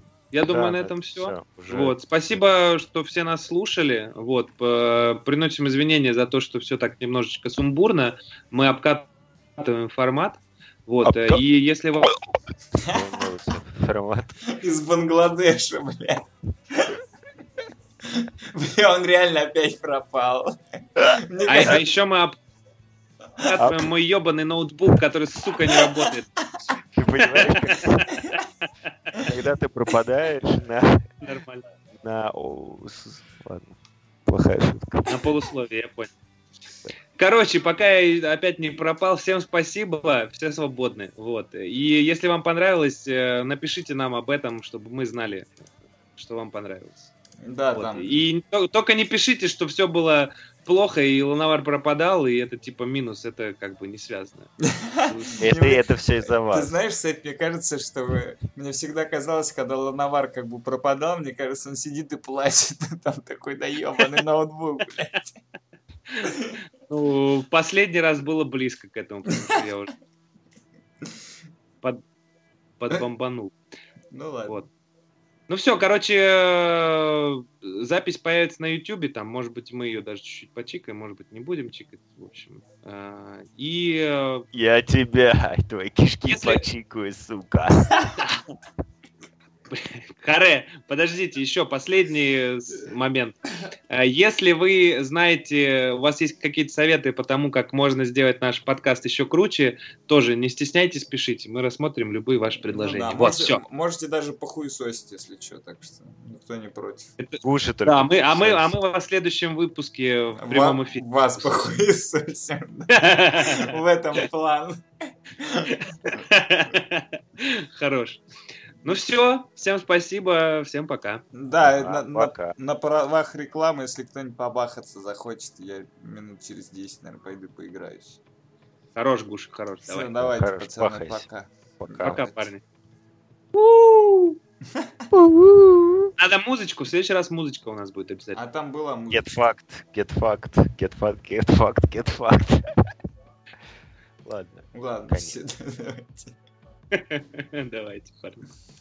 Вот. Спасибо, что все нас слушали. Вот. Приносим извинения за то, что все так немножечко сумбурно. Мы обкатываем формат. Вот. И если вам... Формат. Из Бангладеша, блядь. Бля, он реально опять пропал. А еще мы обкатываем мой ебаный ноутбук, который, сука, не работает. Ты понимаешь? Когда ты пропадаешь Нормально. Ладно, плохая шутка. На полусловие, я понял. Короче, пока я опять не пропал, всем спасибо, все свободны. Вот. И если вам понравилось, напишите нам об этом, чтобы мы знали, что вам понравилось. Да, вот. там. И только не пишите, что все было плохо, и Лановар пропадал, и это типа минус, это как бы не связано. Это все из-за вас. Ты знаешь, Сэп, мне кажется, что мне всегда казалось, когда Лановар как бы пропадал, мне кажется, он сидит и плачет, там такой доебанный ноутбук, блядь. Ну, последний раз было близко к этому, потому что я уже подбомбанул. Ну ладно. Вот. Ну все, короче, запись появится на Ютубе, там, может быть, мы ее даже чуть-чуть почикаем, может быть, не будем чикать, в общем. И... Я тебя, твои кишки почикаю, сука. Харе, подождите, еще последний момент. Если вы знаете, у вас есть какие-то советы по тому, как можно сделать наш подкаст еще круче, тоже не стесняйтесь, пишите. Мы рассмотрим любые ваши предложения. Ну, да, вот, все. Можете даже похуесосить, если что, так что никто не против. Да, мы во следующем выпуске в прямом эфире. Вас похуесосим. В этом план. Хорош. Ну все, всем спасибо, всем пока. Да, на правах рекламы, если кто-нибудь побахаться захочет, я минут через 10, наверное, пойду поиграюсь. Хорош, Гуша, хорош. Все, давайте, пацаны, пока. Пока, парни. Надо музычку, в следующий раз музычка у нас будет обязательно. А там была музыка. Get fucked. Ладно, все, давайте. Давайте, парни.